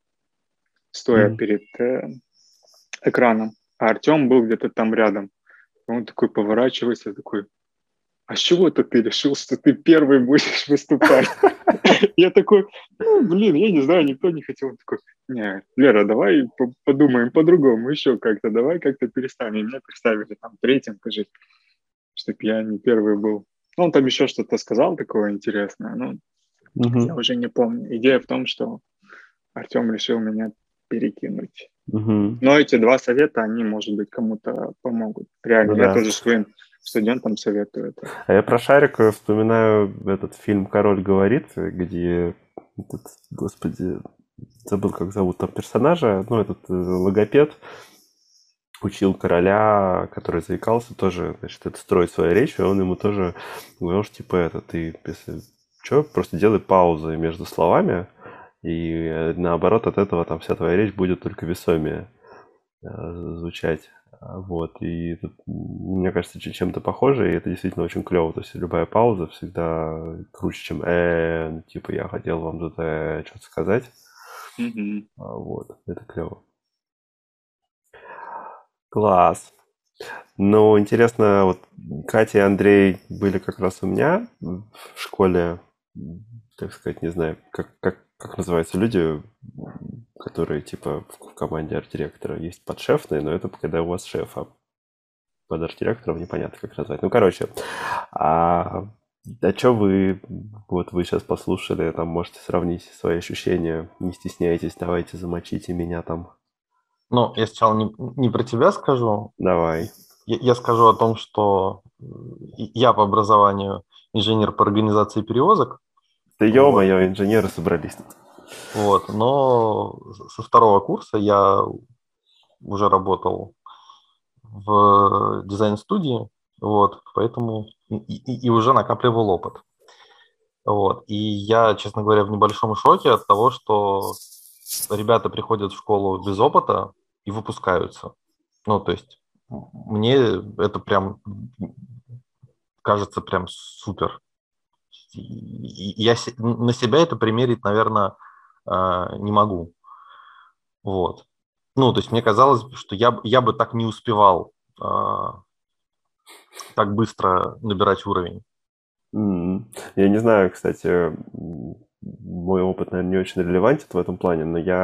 стоя Мгм. перед э, экраном, а Артем был где-то там рядом. Он такой поворачивается, такой, а с чего это ты решил, что ты первый будешь выступать? Я такой, ну, блин, я не знаю, никто не хотел. Он такой, не, Лера, давай по- подумаем по-другому, еще как-то, давай как-то переставим. И меня представили там третьим, скажи, чтобы я не первый был. Ну, он там еще что-то сказал такое интересное, но Мгм. я уже не помню. Идея в том, что Артем решил меня перекинуть. Мгм. Но эти два совета, они, может быть, кому-то помогут. Реально, Ну я да. тоже своим студентам советую это. А я про Шарика вспоминаю этот фильм «Король говорит», где этот, господи, забыл, как зовут там персонажа, ну, этот э, логопед учил короля, который заикался, тоже, значит, это строить свою речь, и он ему тоже говорил, что, типа, это ты, если что, просто делай паузы между словами, и э, наоборот от этого там вся твоя речь будет только весомее э, звучать. А, Вот, и тут, м, мне кажется, ч- чем-то похоже, и это действительно очень клево. То есть любая пауза всегда круче, чем э, ну, типа я хотел вам тут э, что-то сказать. Мгм. А, Вот, это клево. Класс. Ну, интересно, вот Катя и Андрей были как раз у меня в школе, м, так сказать, не знаю, как, как, как называются люди, м, которые типа в команде арт-директора есть подшефные, но это когда у вас шеф, а под арт-директором непонятно, как назвать. Ну, короче, а, а что вы, вот вы сейчас послушали, там можете сравнить свои ощущения, не стесняйтесь, давайте замочите меня там. Ну, я сначала не, не про тебя скажу. Давай. Я, я скажу о том, что и- я по образованию инженер по организации перевозок. Да Вот, ё-моё, инженеры собрались тут. вот, но со второго курса я уже работал в дизайн-студии, вот, поэтому и, и- и уже накапливал опыт. Вот. И я, честно говоря, в небольшом шоке от того, что ребята приходят в школу без опыта и выпускаются. Ну, то есть м- мне это прям кажется прям супер. И и я се- на себя это примерить, наверное, не могу. Вот. Ну, то есть мне казалось, что я, б- я бы так не успевал а, так быстро набирать уровень. М. Я не знаю, кстати, м, мой опыт, наверное, не очень релевантен в этом плане, но я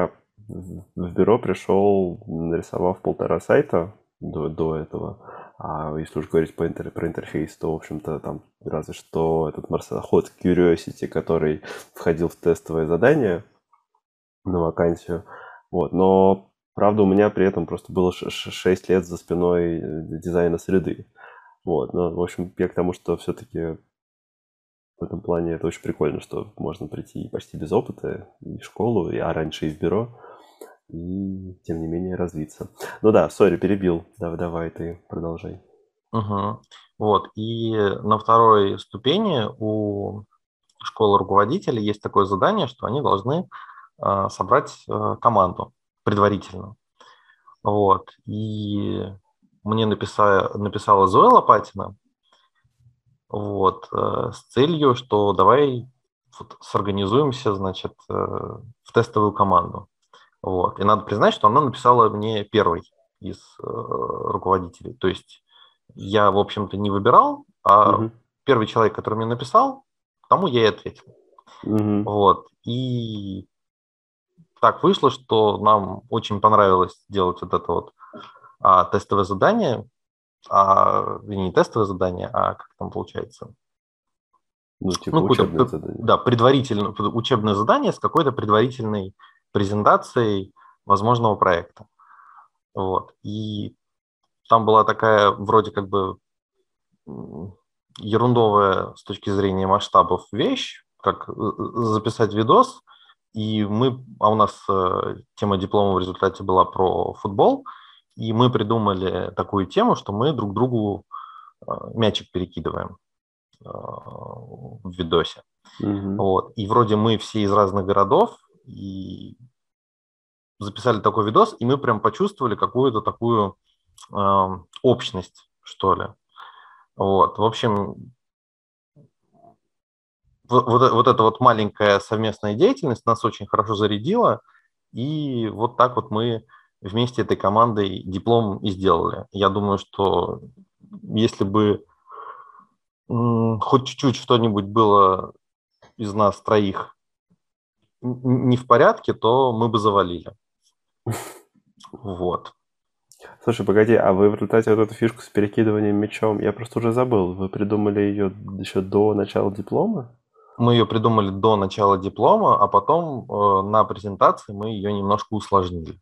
в бюро пришел, нарисовав полтора сайта до, до этого. А если уж говорить по интер, про интерфейс, то, в общем-то, там разве что этот марсоход Curiosity, который входил в тестовое задание на вакансию. Вот. Но, правда, у меня при этом просто было шесть лет за спиной дизайна среды. Вот. Но, в общем, я к тому, что все-таки в этом плане это очень прикольно, что можно прийти почти без опыта и в школу, и, а раньше и в бюро, и, тем не менее, развиться. Ну да, сори, перебил. Давай, давай ты продолжай. Угу. Вот. И на второй ступени у школы руководителей есть такое задание, что они должны э, собрать э, команду предварительно. Вот. И мне написала, написала Зоя Лопатина, вот, э, с целью, что давай вот сорганизуемся, значит, э, в тестовую команду. Вот. И надо признать, что она написала мне первой из э, руководителей. То есть я, в общем-то, не выбирал, а Угу. первый человек, который мне написал, тому я и ответил. Угу. Вот. И так вышло, что нам очень понравилось делать вот это вот а, тестовое задание, а, не тестовое задание, а как там получается? Ну, типа Ну, какое-то, учебное задание. да, предварительное учебное задание с какой-то предварительной презентацией возможного проекта. Вот. И там была такая вроде как бы ерундовая с точки зрения масштабов вещь, как записать видос. И мы, а у нас тема диплома в результате была про футбол, и мы придумали такую тему, что мы друг другу мячик перекидываем в видосе. Угу. Вот. И вроде мы все из разных городов, и записали такой видос, и мы прям почувствовали какую-то такую э, общность, что ли. Вот. В общем, вот, вот, вот эта вот маленькая совместная деятельность нас очень хорошо зарядила, и вот так вот мы вместе этой командой диплом и сделали. Я думаю, что если бы м, хоть чуть-чуть что-нибудь было из нас троих не в порядке, то мы бы завалили. Вот. Слушай, погоди, а вы в результате вот эту фишку с перекидыванием мячом, я просто уже забыл, вы придумали ее еще до начала диплома? Мы ее придумали до начала диплома, а потом э, на презентации мы ее немножко усложнили.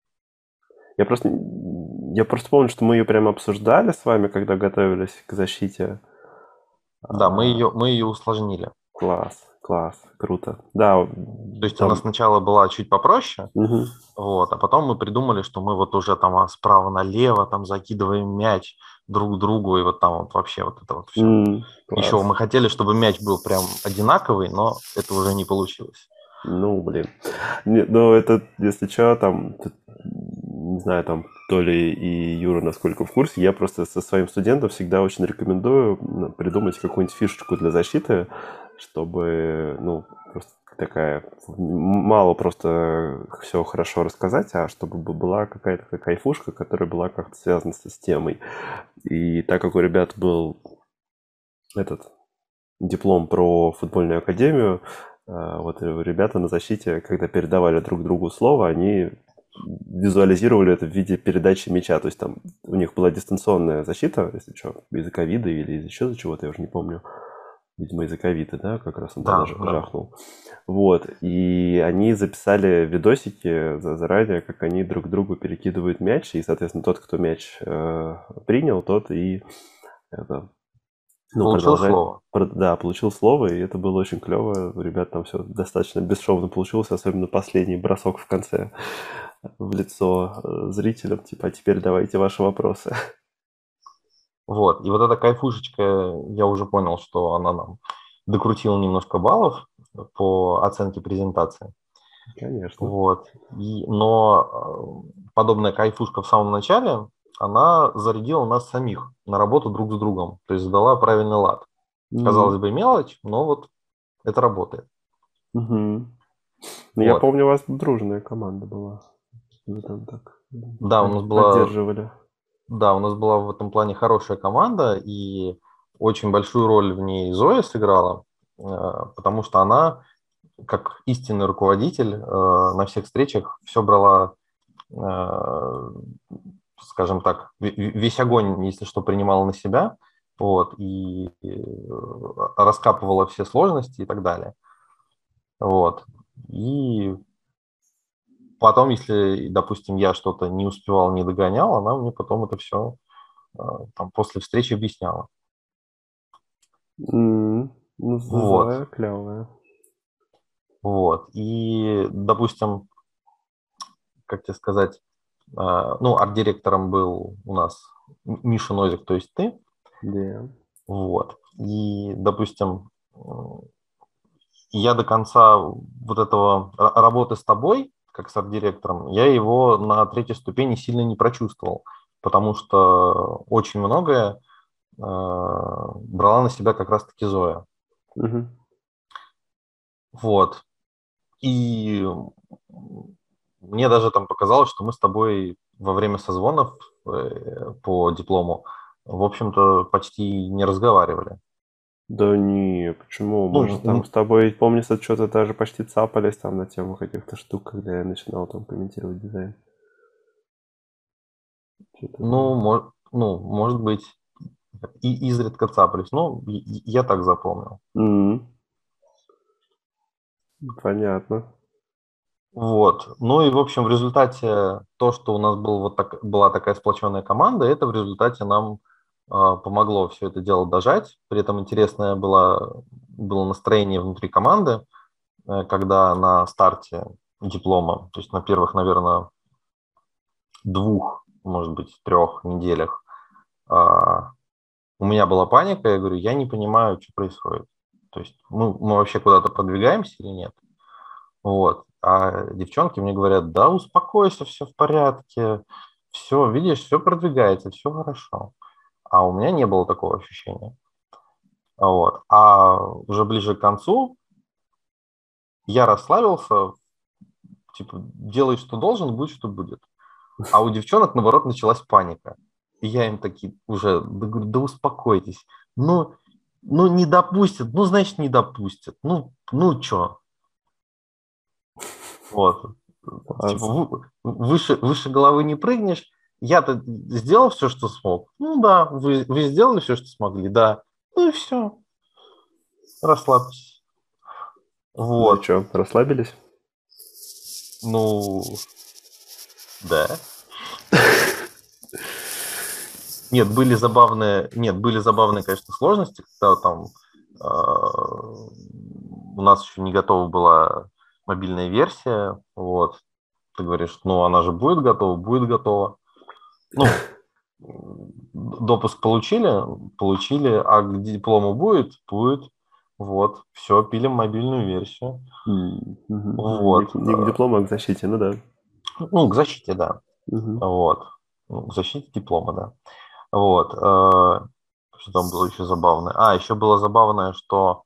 Я просто, я просто помню, что мы ее прямо обсуждали с вами, когда готовились к защите. Да, А, мы ее, мы ее усложнили. Класс, класс, круто. Да. То есть там... она сначала была чуть попроще, угу. вот, а потом мы придумали, что мы вот уже там справа налево там закидываем мяч друг другу, и вот там вот вообще вот это вот все. Mm, Еще мы хотели, чтобы мяч был прям одинаковый, но это уже не получилось. Ну, блин. Нет, ну, это, если что, там, не знаю, там, то ли и Юра насколько в курсе, я просто со своим студентом всегда очень рекомендую придумать какую-нибудь фишечку для защиты, чтобы, ну, просто такая, мало просто все хорошо рассказать, а чтобы была какая-то такая кайфушка, которая была как-то связана с темой. И так как у ребят был этот диплом про футбольную академию, вот ребята на защите, когда передавали друг другу слово, они визуализировали это в виде передачи мяча. То есть там у них была дистанционная защита, если что, из-за ковида или из-за еще за чего-то, я уже не помню. Видимо, из-за ковида, да, как раз он да, тогда да. жахнул. Вот, и они записали видосики заранее, как они друг другу перекидывают мяч, и, соответственно, тот, кто мяч э, принял, тот и это, ну, получил слово. Да, получил слово, и это было очень клево. У ребят там все достаточно бесшовно получилось, особенно последний бросок в конце в лицо зрителям, типа, а теперь давайте ваши вопросы. Вот, и вот эта кайфушечка, я уже понял, что она нам докрутила немножко баллов по оценке презентации. Конечно. Вот, и, но подобная кайфушка в самом начале, она зарядила нас самих на работу друг с другом, то есть задала правильный лад. Mm-hmm. Казалось бы, мелочь, но вот это работает. Mm-hmm. Вот. Я помню, у вас дружная команда была. Вы там так да, у нас была... поддерживали. Да, у нас была в этом плане хорошая команда, и очень большую роль в ней Зоя сыграла, потому что она как истинный руководитель, э, на всех встречах все брала, э, скажем так, весь огонь, если что, принимала на себя, вот, и раскапывала все сложности и так далее. Вот. И потом, если, допустим, я что-то не успевал, не догонял, она мне потом это все там, после встречи объясняла. Mm, ну, Вот. злая, клевая. Вот. И, допустим, как тебе сказать, ну, арт-директором был у нас Миша Нозик, то есть ты. Yeah. Вот. И, допустим, я до конца вот этого работы с тобой, как с арт-директором, я его на третьей ступени сильно не прочувствовал, потому что очень многое э, брала на себя как раз-таки Зоя. Uh-huh. Вот. И мне даже там показалось, что мы с тобой во время созвонов э, по диплому, в общем-то, почти не разговаривали. Да не, почему? Мы Ну, же там с тобой, помнится, что-то даже почти цапались там на тему каких-то штук, когда я начинал там комментировать дизайн. Что-то ну, там. мож, ну, может быть, и изредка цапались. Ну, я так запомнил. Mm-hmm. Понятно. Вот. Ну и, в общем, в результате то, что у нас был вот так, была такая сплоченная команда, это в результате нам э, помогло все это дело дожать. При этом интересное было, было настроение внутри команды, э, когда на старте диплома, то есть на первых, наверное, двух, может быть, трех неделях, э, у меня была паника, я говорю, я не понимаю, что происходит. То есть мы, мы вообще куда-то продвигаемся или нет? Вот. А девчонки мне говорят, да, успокойся, все в порядке, все, видишь, все продвигается, все хорошо. А у меня не было такого ощущения. Вот. А уже ближе к концу я расслабился, типа, делай, что должен, будет, что будет. А у девчонок, наоборот, началась паника. И я им такие уже, да, говорю, да успокойтесь. Ну, ну, не допустят, ну, значит, не допустят. Ну, ну, что? Вот. Типа, выше, выше головы не прыгнешь. Я-то сделал все, что смог. Ну да, вы, вы сделали все, что смогли, да. Ну и все. Расслабьтесь. Вот. Ну и что, расслабились? Ну, да. Нет, были забавные, нет, были забавные, конечно, сложности, когда там э, у нас еще не готова была мобильная версия, вот. Ты говоришь, ну она же будет готова, будет готова. Ну, допуск получили, получили, а к диплому будет, будет. Вот, все, пилим мобильную версию. Mm-hmm. Вот. Не, не к диплому, а к защите, ну да. Ну, к защите, да. Mm-hmm. Вот. К защите диплома, да. Вот. Что там было еще забавное? А, еще было забавное, что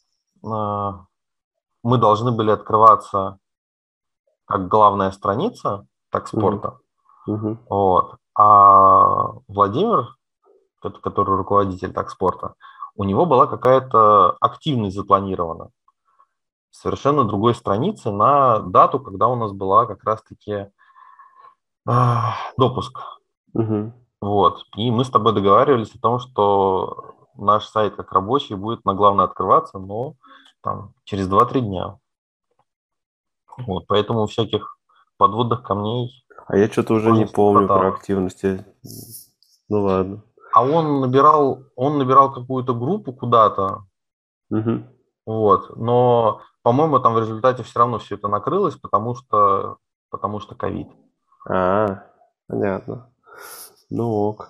мы должны были открываться как главная страница так спорта. Mm-hmm. Вот. А Владимир, который руководитель так спорта, у него была какая-то активность запланирована. Совершенно другой страницы на дату, когда у нас была как раз-таки э, допуск. Mm-hmm. Вот. И мы с тобой договаривались о том, что наш сайт как рабочий будет на главной открываться, но там, через два-три дня. Вот. Поэтому всяких подводных камней... А я что-то уже не помню про активности. Ну ладно. А он набирал, он набирал какую-то группу куда-то. Угу. Вот. Но, по-моему, там в результате все равно все это накрылось, потому что потому что ковид. А, понятно. Ну ок.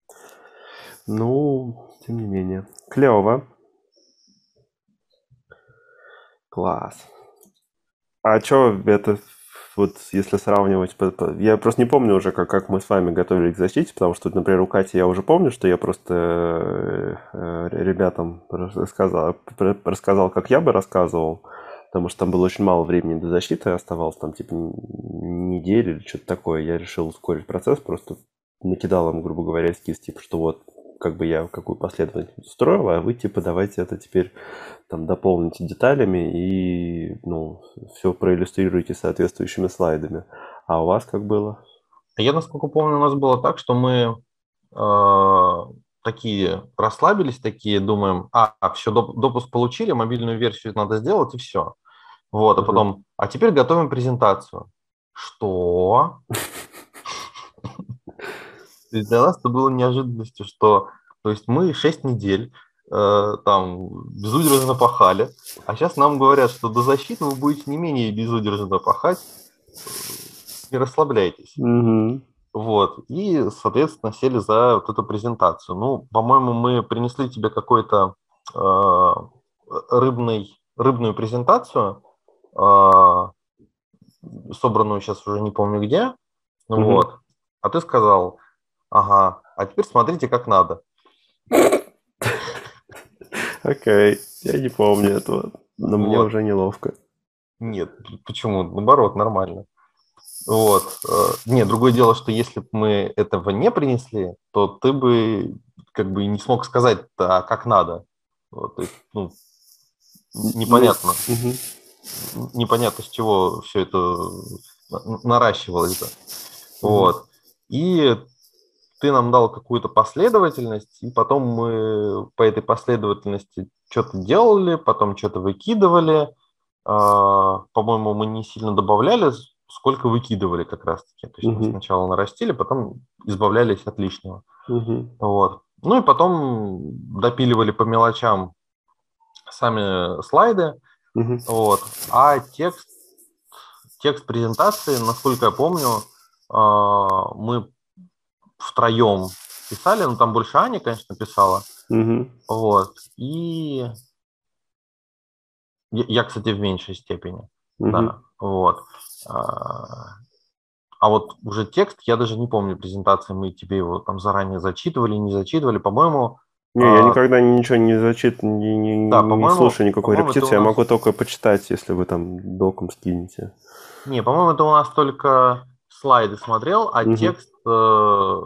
Ну, тем не менее. Клево. Класс. А что это, вот если сравнивать, я просто не помню уже, как, как мы с вами готовились к защите, потому что, например, у Кати я уже помню, что я просто ребятам рассказал, рассказал, как я бы рассказывал, потому что там было очень мало времени до защиты, оставалось там типа недели или что-то такое. Я решил ускорить процесс, просто накидал им, грубо говоря, эскиз, типа, что вот как бы я какую последовательность устроил, а вы типа давайте это теперь там дополните деталями и, ну, все проиллюстрируйте соответствующими слайдами. А у вас как было? Я, насколько помню, у нас было так, что мы э, такие расслабились, такие думаем, а, все, допуск получили, мобильную версию надо сделать, и все. Вот, а потом, а теперь готовим презентацию. Что? Для нас это было неожиданностью, что, то есть мы шесть недель э, там безудержно пахали, а сейчас нам говорят, что до защиты вы будете не менее безудержно пахать, не расслабляйтесь. Mm-hmm. Вот, и, соответственно, сели за вот эту презентацию. Ну, по-моему, мы принесли тебе какой-то э, рыбный, рыбную презентацию, э, собранную сейчас уже не помню где, mm-hmm. вот, а ты сказал, ага, а теперь смотрите, как надо. Окей, okay. Я не помню этого, но вот. Мне уже неловко. Нет, почему? Наоборот, нормально. Вот. Нет, другое дело, что если бы мы этого не принесли, то ты бы как бы не смог сказать, а как надо. Вот, то есть, ну, непонятно. Mm-hmm. Непонятно, с чего все это наращивалось. Mm-hmm. Вот. И ты нам дал какую-то последовательность, и потом мы по этой последовательности что-то делали, потом что-то выкидывали. По-моему, мы не сильно добавляли, сколько выкидывали как раз-таки. То есть uh-huh. мы сначала нарастили, потом избавлялись от лишнего. Uh-huh. Вот. Ну и потом допиливали по мелочам сами слайды. Uh-huh. Вот. А текст, текст презентации, насколько я помню, мы втроем писали, ну там больше Аня, конечно, писала. Uh-huh. Вот. И я, кстати, в меньшей степени. Uh-huh. Да. Вот. А вот уже текст, я даже не помню презентации, мы тебе его там заранее зачитывали, не зачитывали, по-моему... Не, а... я никогда ничего не зачитываю, не, не, да, не слушаю никакой репетиции, я нас... могу только почитать, если вы там доком скинете. Не, по-моему, это у нас только слайды смотрел, а угу. текст, э,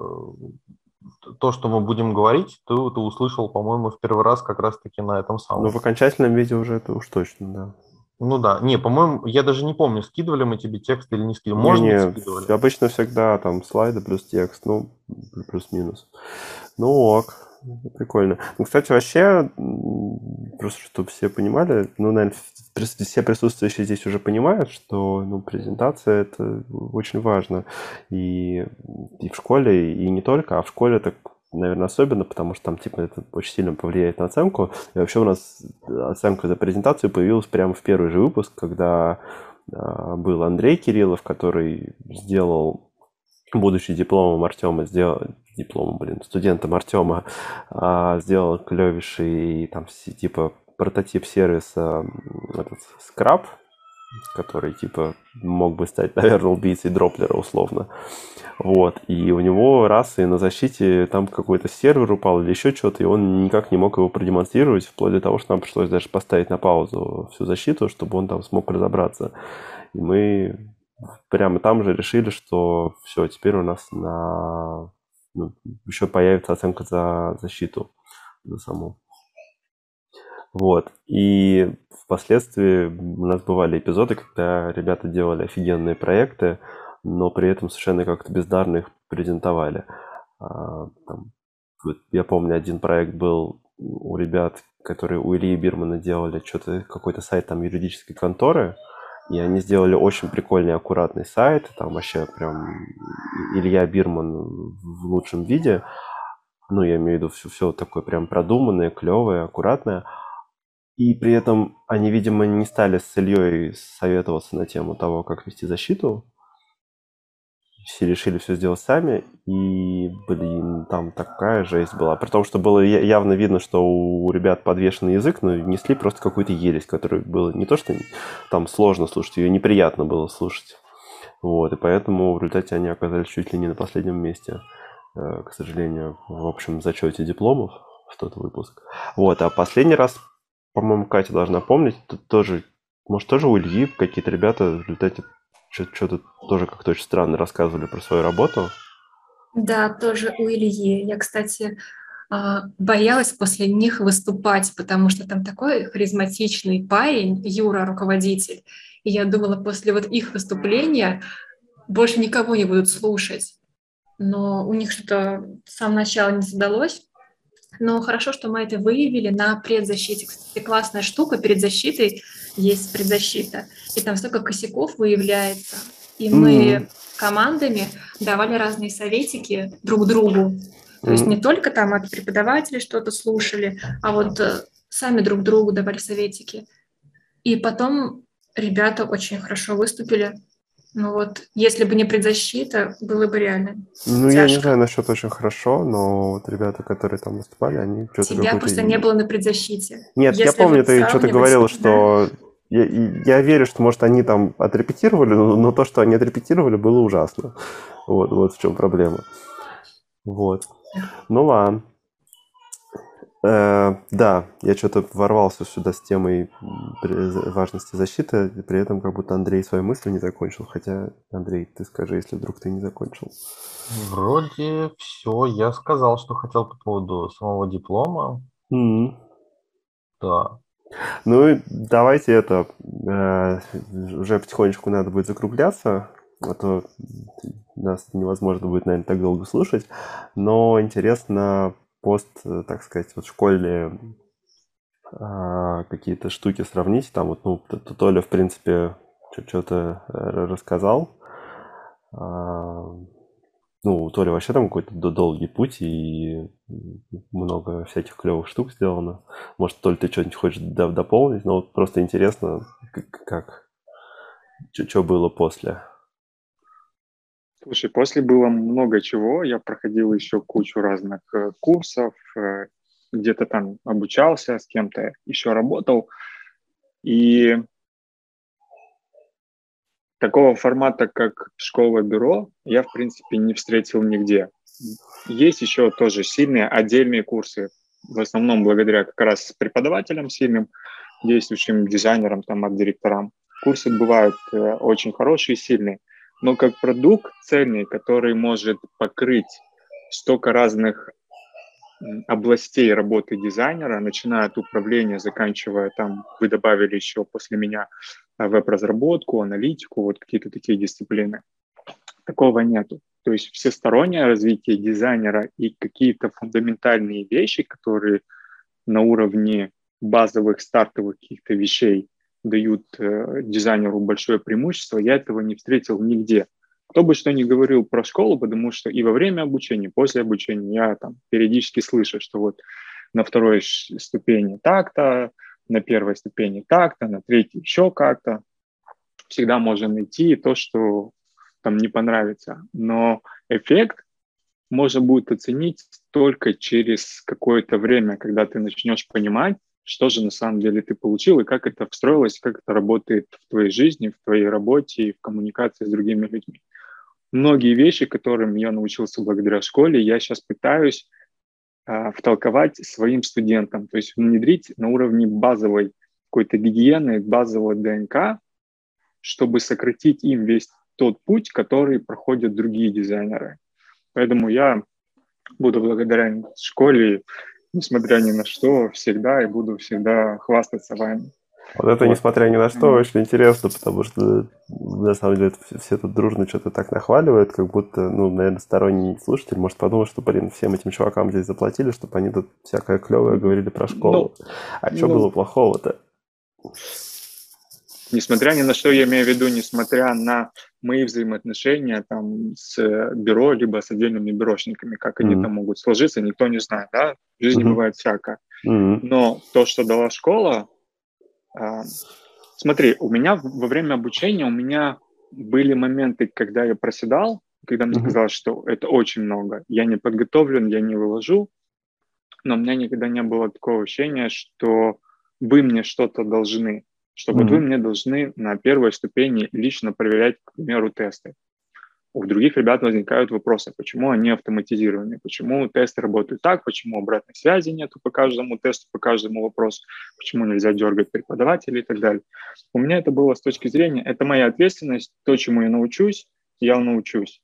то, что мы будем говорить, ты, ты услышал, по-моему, в первый раз как раз-таки на этом самом. Ну, в окончательном виде уже это уж точно, да. Ну да, не, по-моему, я даже не помню, скидывали мы тебе текст или не скидывали. Может не, быть, скидывали. Обычно всегда там слайды плюс текст, ну, плюс-минус. Ну ок, прикольно. Ну, кстати, вообще, просто чтобы все понимали, ну, наверное, все присутствующие здесь уже понимают, что, ну, презентация – это очень важно. И, и в школе, и не только, а в школе так, наверное, особенно, потому что там, типа, это очень сильно повлияет на оценку. И вообще у нас оценка за презентацию появилась прямо в первый же выпуск, когда э, был Андрей Кириллов, который сделал, будучи дипломом Артема, сделал, дипломом, блин, студентом Артема, э, сделал клевейший, там, типа, прототип сервиса, этот, скраб, который, типа, мог бы стать, наверное, убийцей Дроплера, условно. Вот, и у него раз и на защите там какой-то сервер упал или еще что-то, и он никак не мог его продемонстрировать, вплоть до того, что нам пришлось даже поставить на паузу всю защиту, чтобы он там смог разобраться. И мы прямо там же решили, что все, теперь у нас на... ну, еще появится оценка за защиту, за саму. Вот, и впоследствии у нас бывали эпизоды, когда ребята делали офигенные проекты, но при этом совершенно как-то бездарно их презентовали. А, там, вот я помню, один проект был у ребят, которые у Ильи Бирмана делали что-то, какой-то сайт там юридической конторы, и они сделали очень прикольный, аккуратный сайт, там вообще прям Илья Бирман в лучшем виде, ну, я имею в виду все, все такое прям продуманное, клевое, аккуратное. И при этом они, видимо, не стали с Ильей советоваться на тему того, как вести защиту. Все решили все сделать сами, и, блин, там такая жесть была. При том, что было явно видно, что у ребят подвешенный язык, но несли просто какую-то ересь, которую было не то, что там сложно слушать, ее неприятно было слушать. Вот, и поэтому в результате они оказались чуть ли не на последнем месте, к сожалению, в общем зачете дипломов в тот выпуск. Вот, а последний раз, по-моему, Катя должна помнить, тут тоже, может, тоже у Ильи какие-то ребята в результате что-то тоже как-то очень странно рассказывали про свою работу. Да, тоже у Ильи. Я, кстати, а, боялась после них выступать, потому что там такой харизматичный парень, Юра, руководитель. И я думала, после вот их выступления больше никого не будут слушать. Но у них что-то с самого начала не задалось. Но хорошо, что мы это выявили на предзащите. Кстати, классная штука, перед защитой есть предзащита. И там столько косяков выявляется. И мы командами давали разные советики друг другу. То есть не только там от преподавателей что-то слушали, а вот э, сами друг другу давали советики. И потом ребята очень хорошо выступили. Ну вот, если бы не предзащита, было бы реально Ну, тяжко. я не знаю насчет очень хорошо, но вот ребята, которые там выступали, они что-то Тебя какое-то... просто не было на предзащите. Нет, я Если помню, вот ты что-то сравнивать, говорил, да. что... Я, и я верю, что, может, они там отрепетировали, но, но то, что они отрепетировали, было ужасно. Вот, вот в чем проблема. Вот. Ну ладно. Э, да, я что-то ворвался сюда с темой м, при- важности защиты, и при этом как будто Андрей свои мысли не закончил. Хотя, Андрей, ты скажи, если вдруг ты не закончил. Вроде все. Я сказал, что хотел по поводу самого диплома. М. Да. Ну и давайте это, э, уже потихонечку надо будет закругляться, а то нас невозможно будет, наверное, так долго слушать. Но интересно пост, э, так сказать, вот в школе а, какие-то штуки сравнить. Там вот, ну, Т- Т- Толя, в принципе, что-то рассказал. А, Ну, у Толи вообще там какой-то д- долгий путь и много всяких клевых штук сделано. Может, Толь, ты что-нибудь хочешь до- дополнить? Но вот просто интересно, к- как, что было после. Слушай, после было много чего. Я проходил еще кучу разных э, курсов, э, где-то там обучался, с кем-то еще работал. И такого формата, как школа-бюро, я, в принципе, не встретил нигде. Есть еще тоже сильные отдельные курсы, в основном благодаря как раз преподавателям сильным, действующим дизайнерам, там, арт-директорам. Курсы бывают э, очень хорошие, сильные, но как продукт цельный, который может покрыть столько разных м, областей работы дизайнера, начиная от управления, заканчивая там, вы добавили еще после меня а, веб-разработку, аналитику, вот какие-то такие дисциплины. Такого нету. То есть всестороннее развитие дизайнера и какие-то фундаментальные вещи, которые на уровне базовых стартовых каких-то вещей дают э, дизайнеру большое преимущество, я этого не встретил нигде. Кто бы что ни говорил про школу, потому что и во время обучения, и после обучения я там периодически слышу, что вот на второй ступени так-то, на первой ступени так-то, на третьей еще как-то. Всегда можно найти то, что там не понравится. Но эффект можно будет оценить только через какое-то время, когда ты начнешь понимать, что же на самом деле ты получил и как это встроилось, как это работает в твоей жизни, в твоей работе и в коммуникации с другими людьми. Многие вещи, которым я научился благодаря школе, я сейчас пытаюсь а, втолковать своим студентам, то есть внедрить на уровне базовой какой-то гигиены, базового ДНК, чтобы сократить им весь тот путь, который проходят другие дизайнеры. Поэтому я буду благодарен школе, несмотря ни на что, всегда, и буду всегда хвастаться вами. Вот это, Вот. несмотря ни на что, Мгм. очень интересно, потому что на самом деле все, все тут дружно что-то так нахваливают, как будто, ну, наверное, сторонний слушатель может подумать, что, блин, всем этим чувакам здесь заплатили, чтобы они тут всякое клевое говорили про школу. Ну, А что ну, было плохого-то? Несмотря ни на что, я имею в виду, несмотря на мои взаимоотношения там с бюро, либо с отдельными бюрошниками, как они Мгм. там могут сложиться, никто не знает, да, в жизни Мгм. бывает всякое. Мгм. Но то, что дала школа, а, смотри, у меня в- во время обучения, у меня были моменты, когда я проседал, когда мне Мгм. казалось, что это очень много, я не подготовлен, я не выложу, но у меня никогда не было такого ощущения, что вы мне что-то должны, что вот вы Мгм. мне должны на первой ступени лично проверять, к примеру, тесты. У других ребят возникают вопросы, почему они автоматизированы, почему тесты работают так, почему обратной связи нету по каждому тесту, по каждому вопросу, почему нельзя дергать преподавателей и так далее. У меня это было с точки зрения, это моя ответственность, то, чему я научусь, я научусь.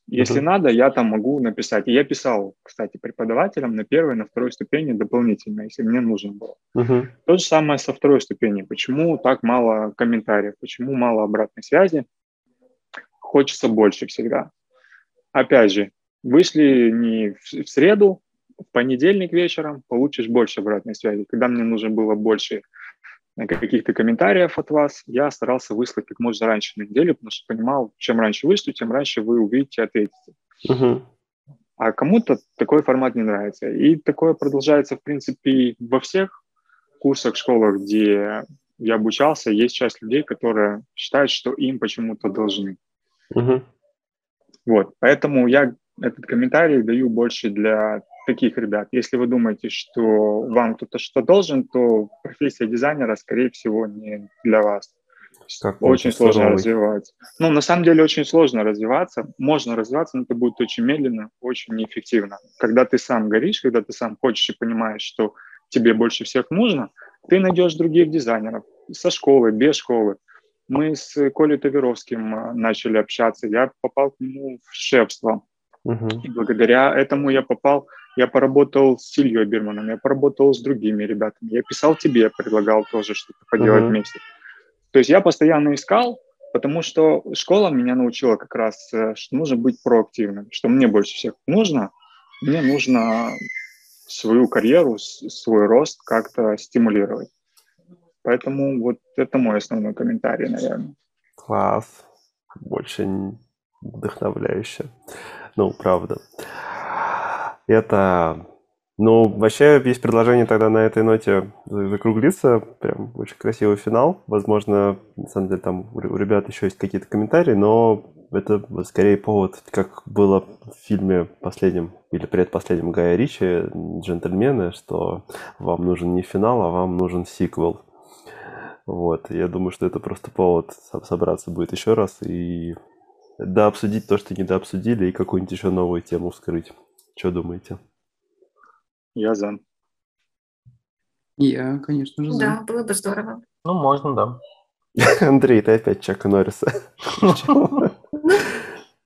Если uh-huh. надо, я там могу написать. И я писал, кстати, преподавателям на первой, на второй ступени дополнительно, если мне нужно было. Uh-huh. То же самое со второй ступени. Почему так мало комментариев? Почему мало обратной связи? Хочется больше всегда. Опять же, вышли не в среду, в понедельник вечером получишь больше обратной связи. Когда мне нужно было больше каких-то комментариев от вас, я старался выслать как можно раньше на неделю, потому что понимал, чем раньше вышлю, тем раньше вы увидите и ответите. Uh-huh. А кому-то такой формат не нравится. И такое продолжается, в принципе, во всех курсах, школах, где я обучался. Есть часть людей, которые считают, что им почему-то должны. Uh-huh. Вот, поэтому я этот комментарий даю больше для таких ребят. Если вы думаете, что вам кто-то что должен, то профессия дизайнера, скорее всего, не для вас. Как очень сложно суровый. развиваться. Ну, на самом деле, очень сложно развиваться. Можно развиваться, но это будет очень медленно, очень неэффективно. Когда ты сам горишь, когда ты сам хочешь и понимаешь, что тебе больше всех нужно, ты найдешь других дизайнеров со школы, без школы. Мы с Колей Таверовским начали общаться. Я попал к нему в шефство. Uh-huh. И благодаря этому я попал, я поработал с Ильей Бирманом, я поработал с другими ребятами. Я писал тебе, предлагал тоже что-то поделать uh-huh. вместе. То есть я постоянно искал, потому что школа меня научила как раз, что нужно быть проактивным, что мне больше всех нужно. Мне нужно свою карьеру, свой рост как-то стимулировать. Поэтому вот это мой основной комментарий, наверное. Класс. Очень вдохновляюще. Ну, правда. Это... Ну, вообще, есть предложение тогда на этой ноте закруглиться. Прям очень красивый финал. Возможно, на самом деле, там у ребят еще есть какие-то комментарии, но это скорее повод, как было в фильме последнем или предпоследнем Гая Ричи «Джентльмены», что вам нужен не финал, а вам нужен сиквел. Вот, я думаю, что это просто повод собраться будет еще раз и дообсудить то, что не дообсудили, и какую-нибудь еще новую тему вскрыть. Что думаете? Я за. Я, конечно же, за. Да, было бы здорово. Ну, можно, да. Андрей, ты опять Чака Норриса.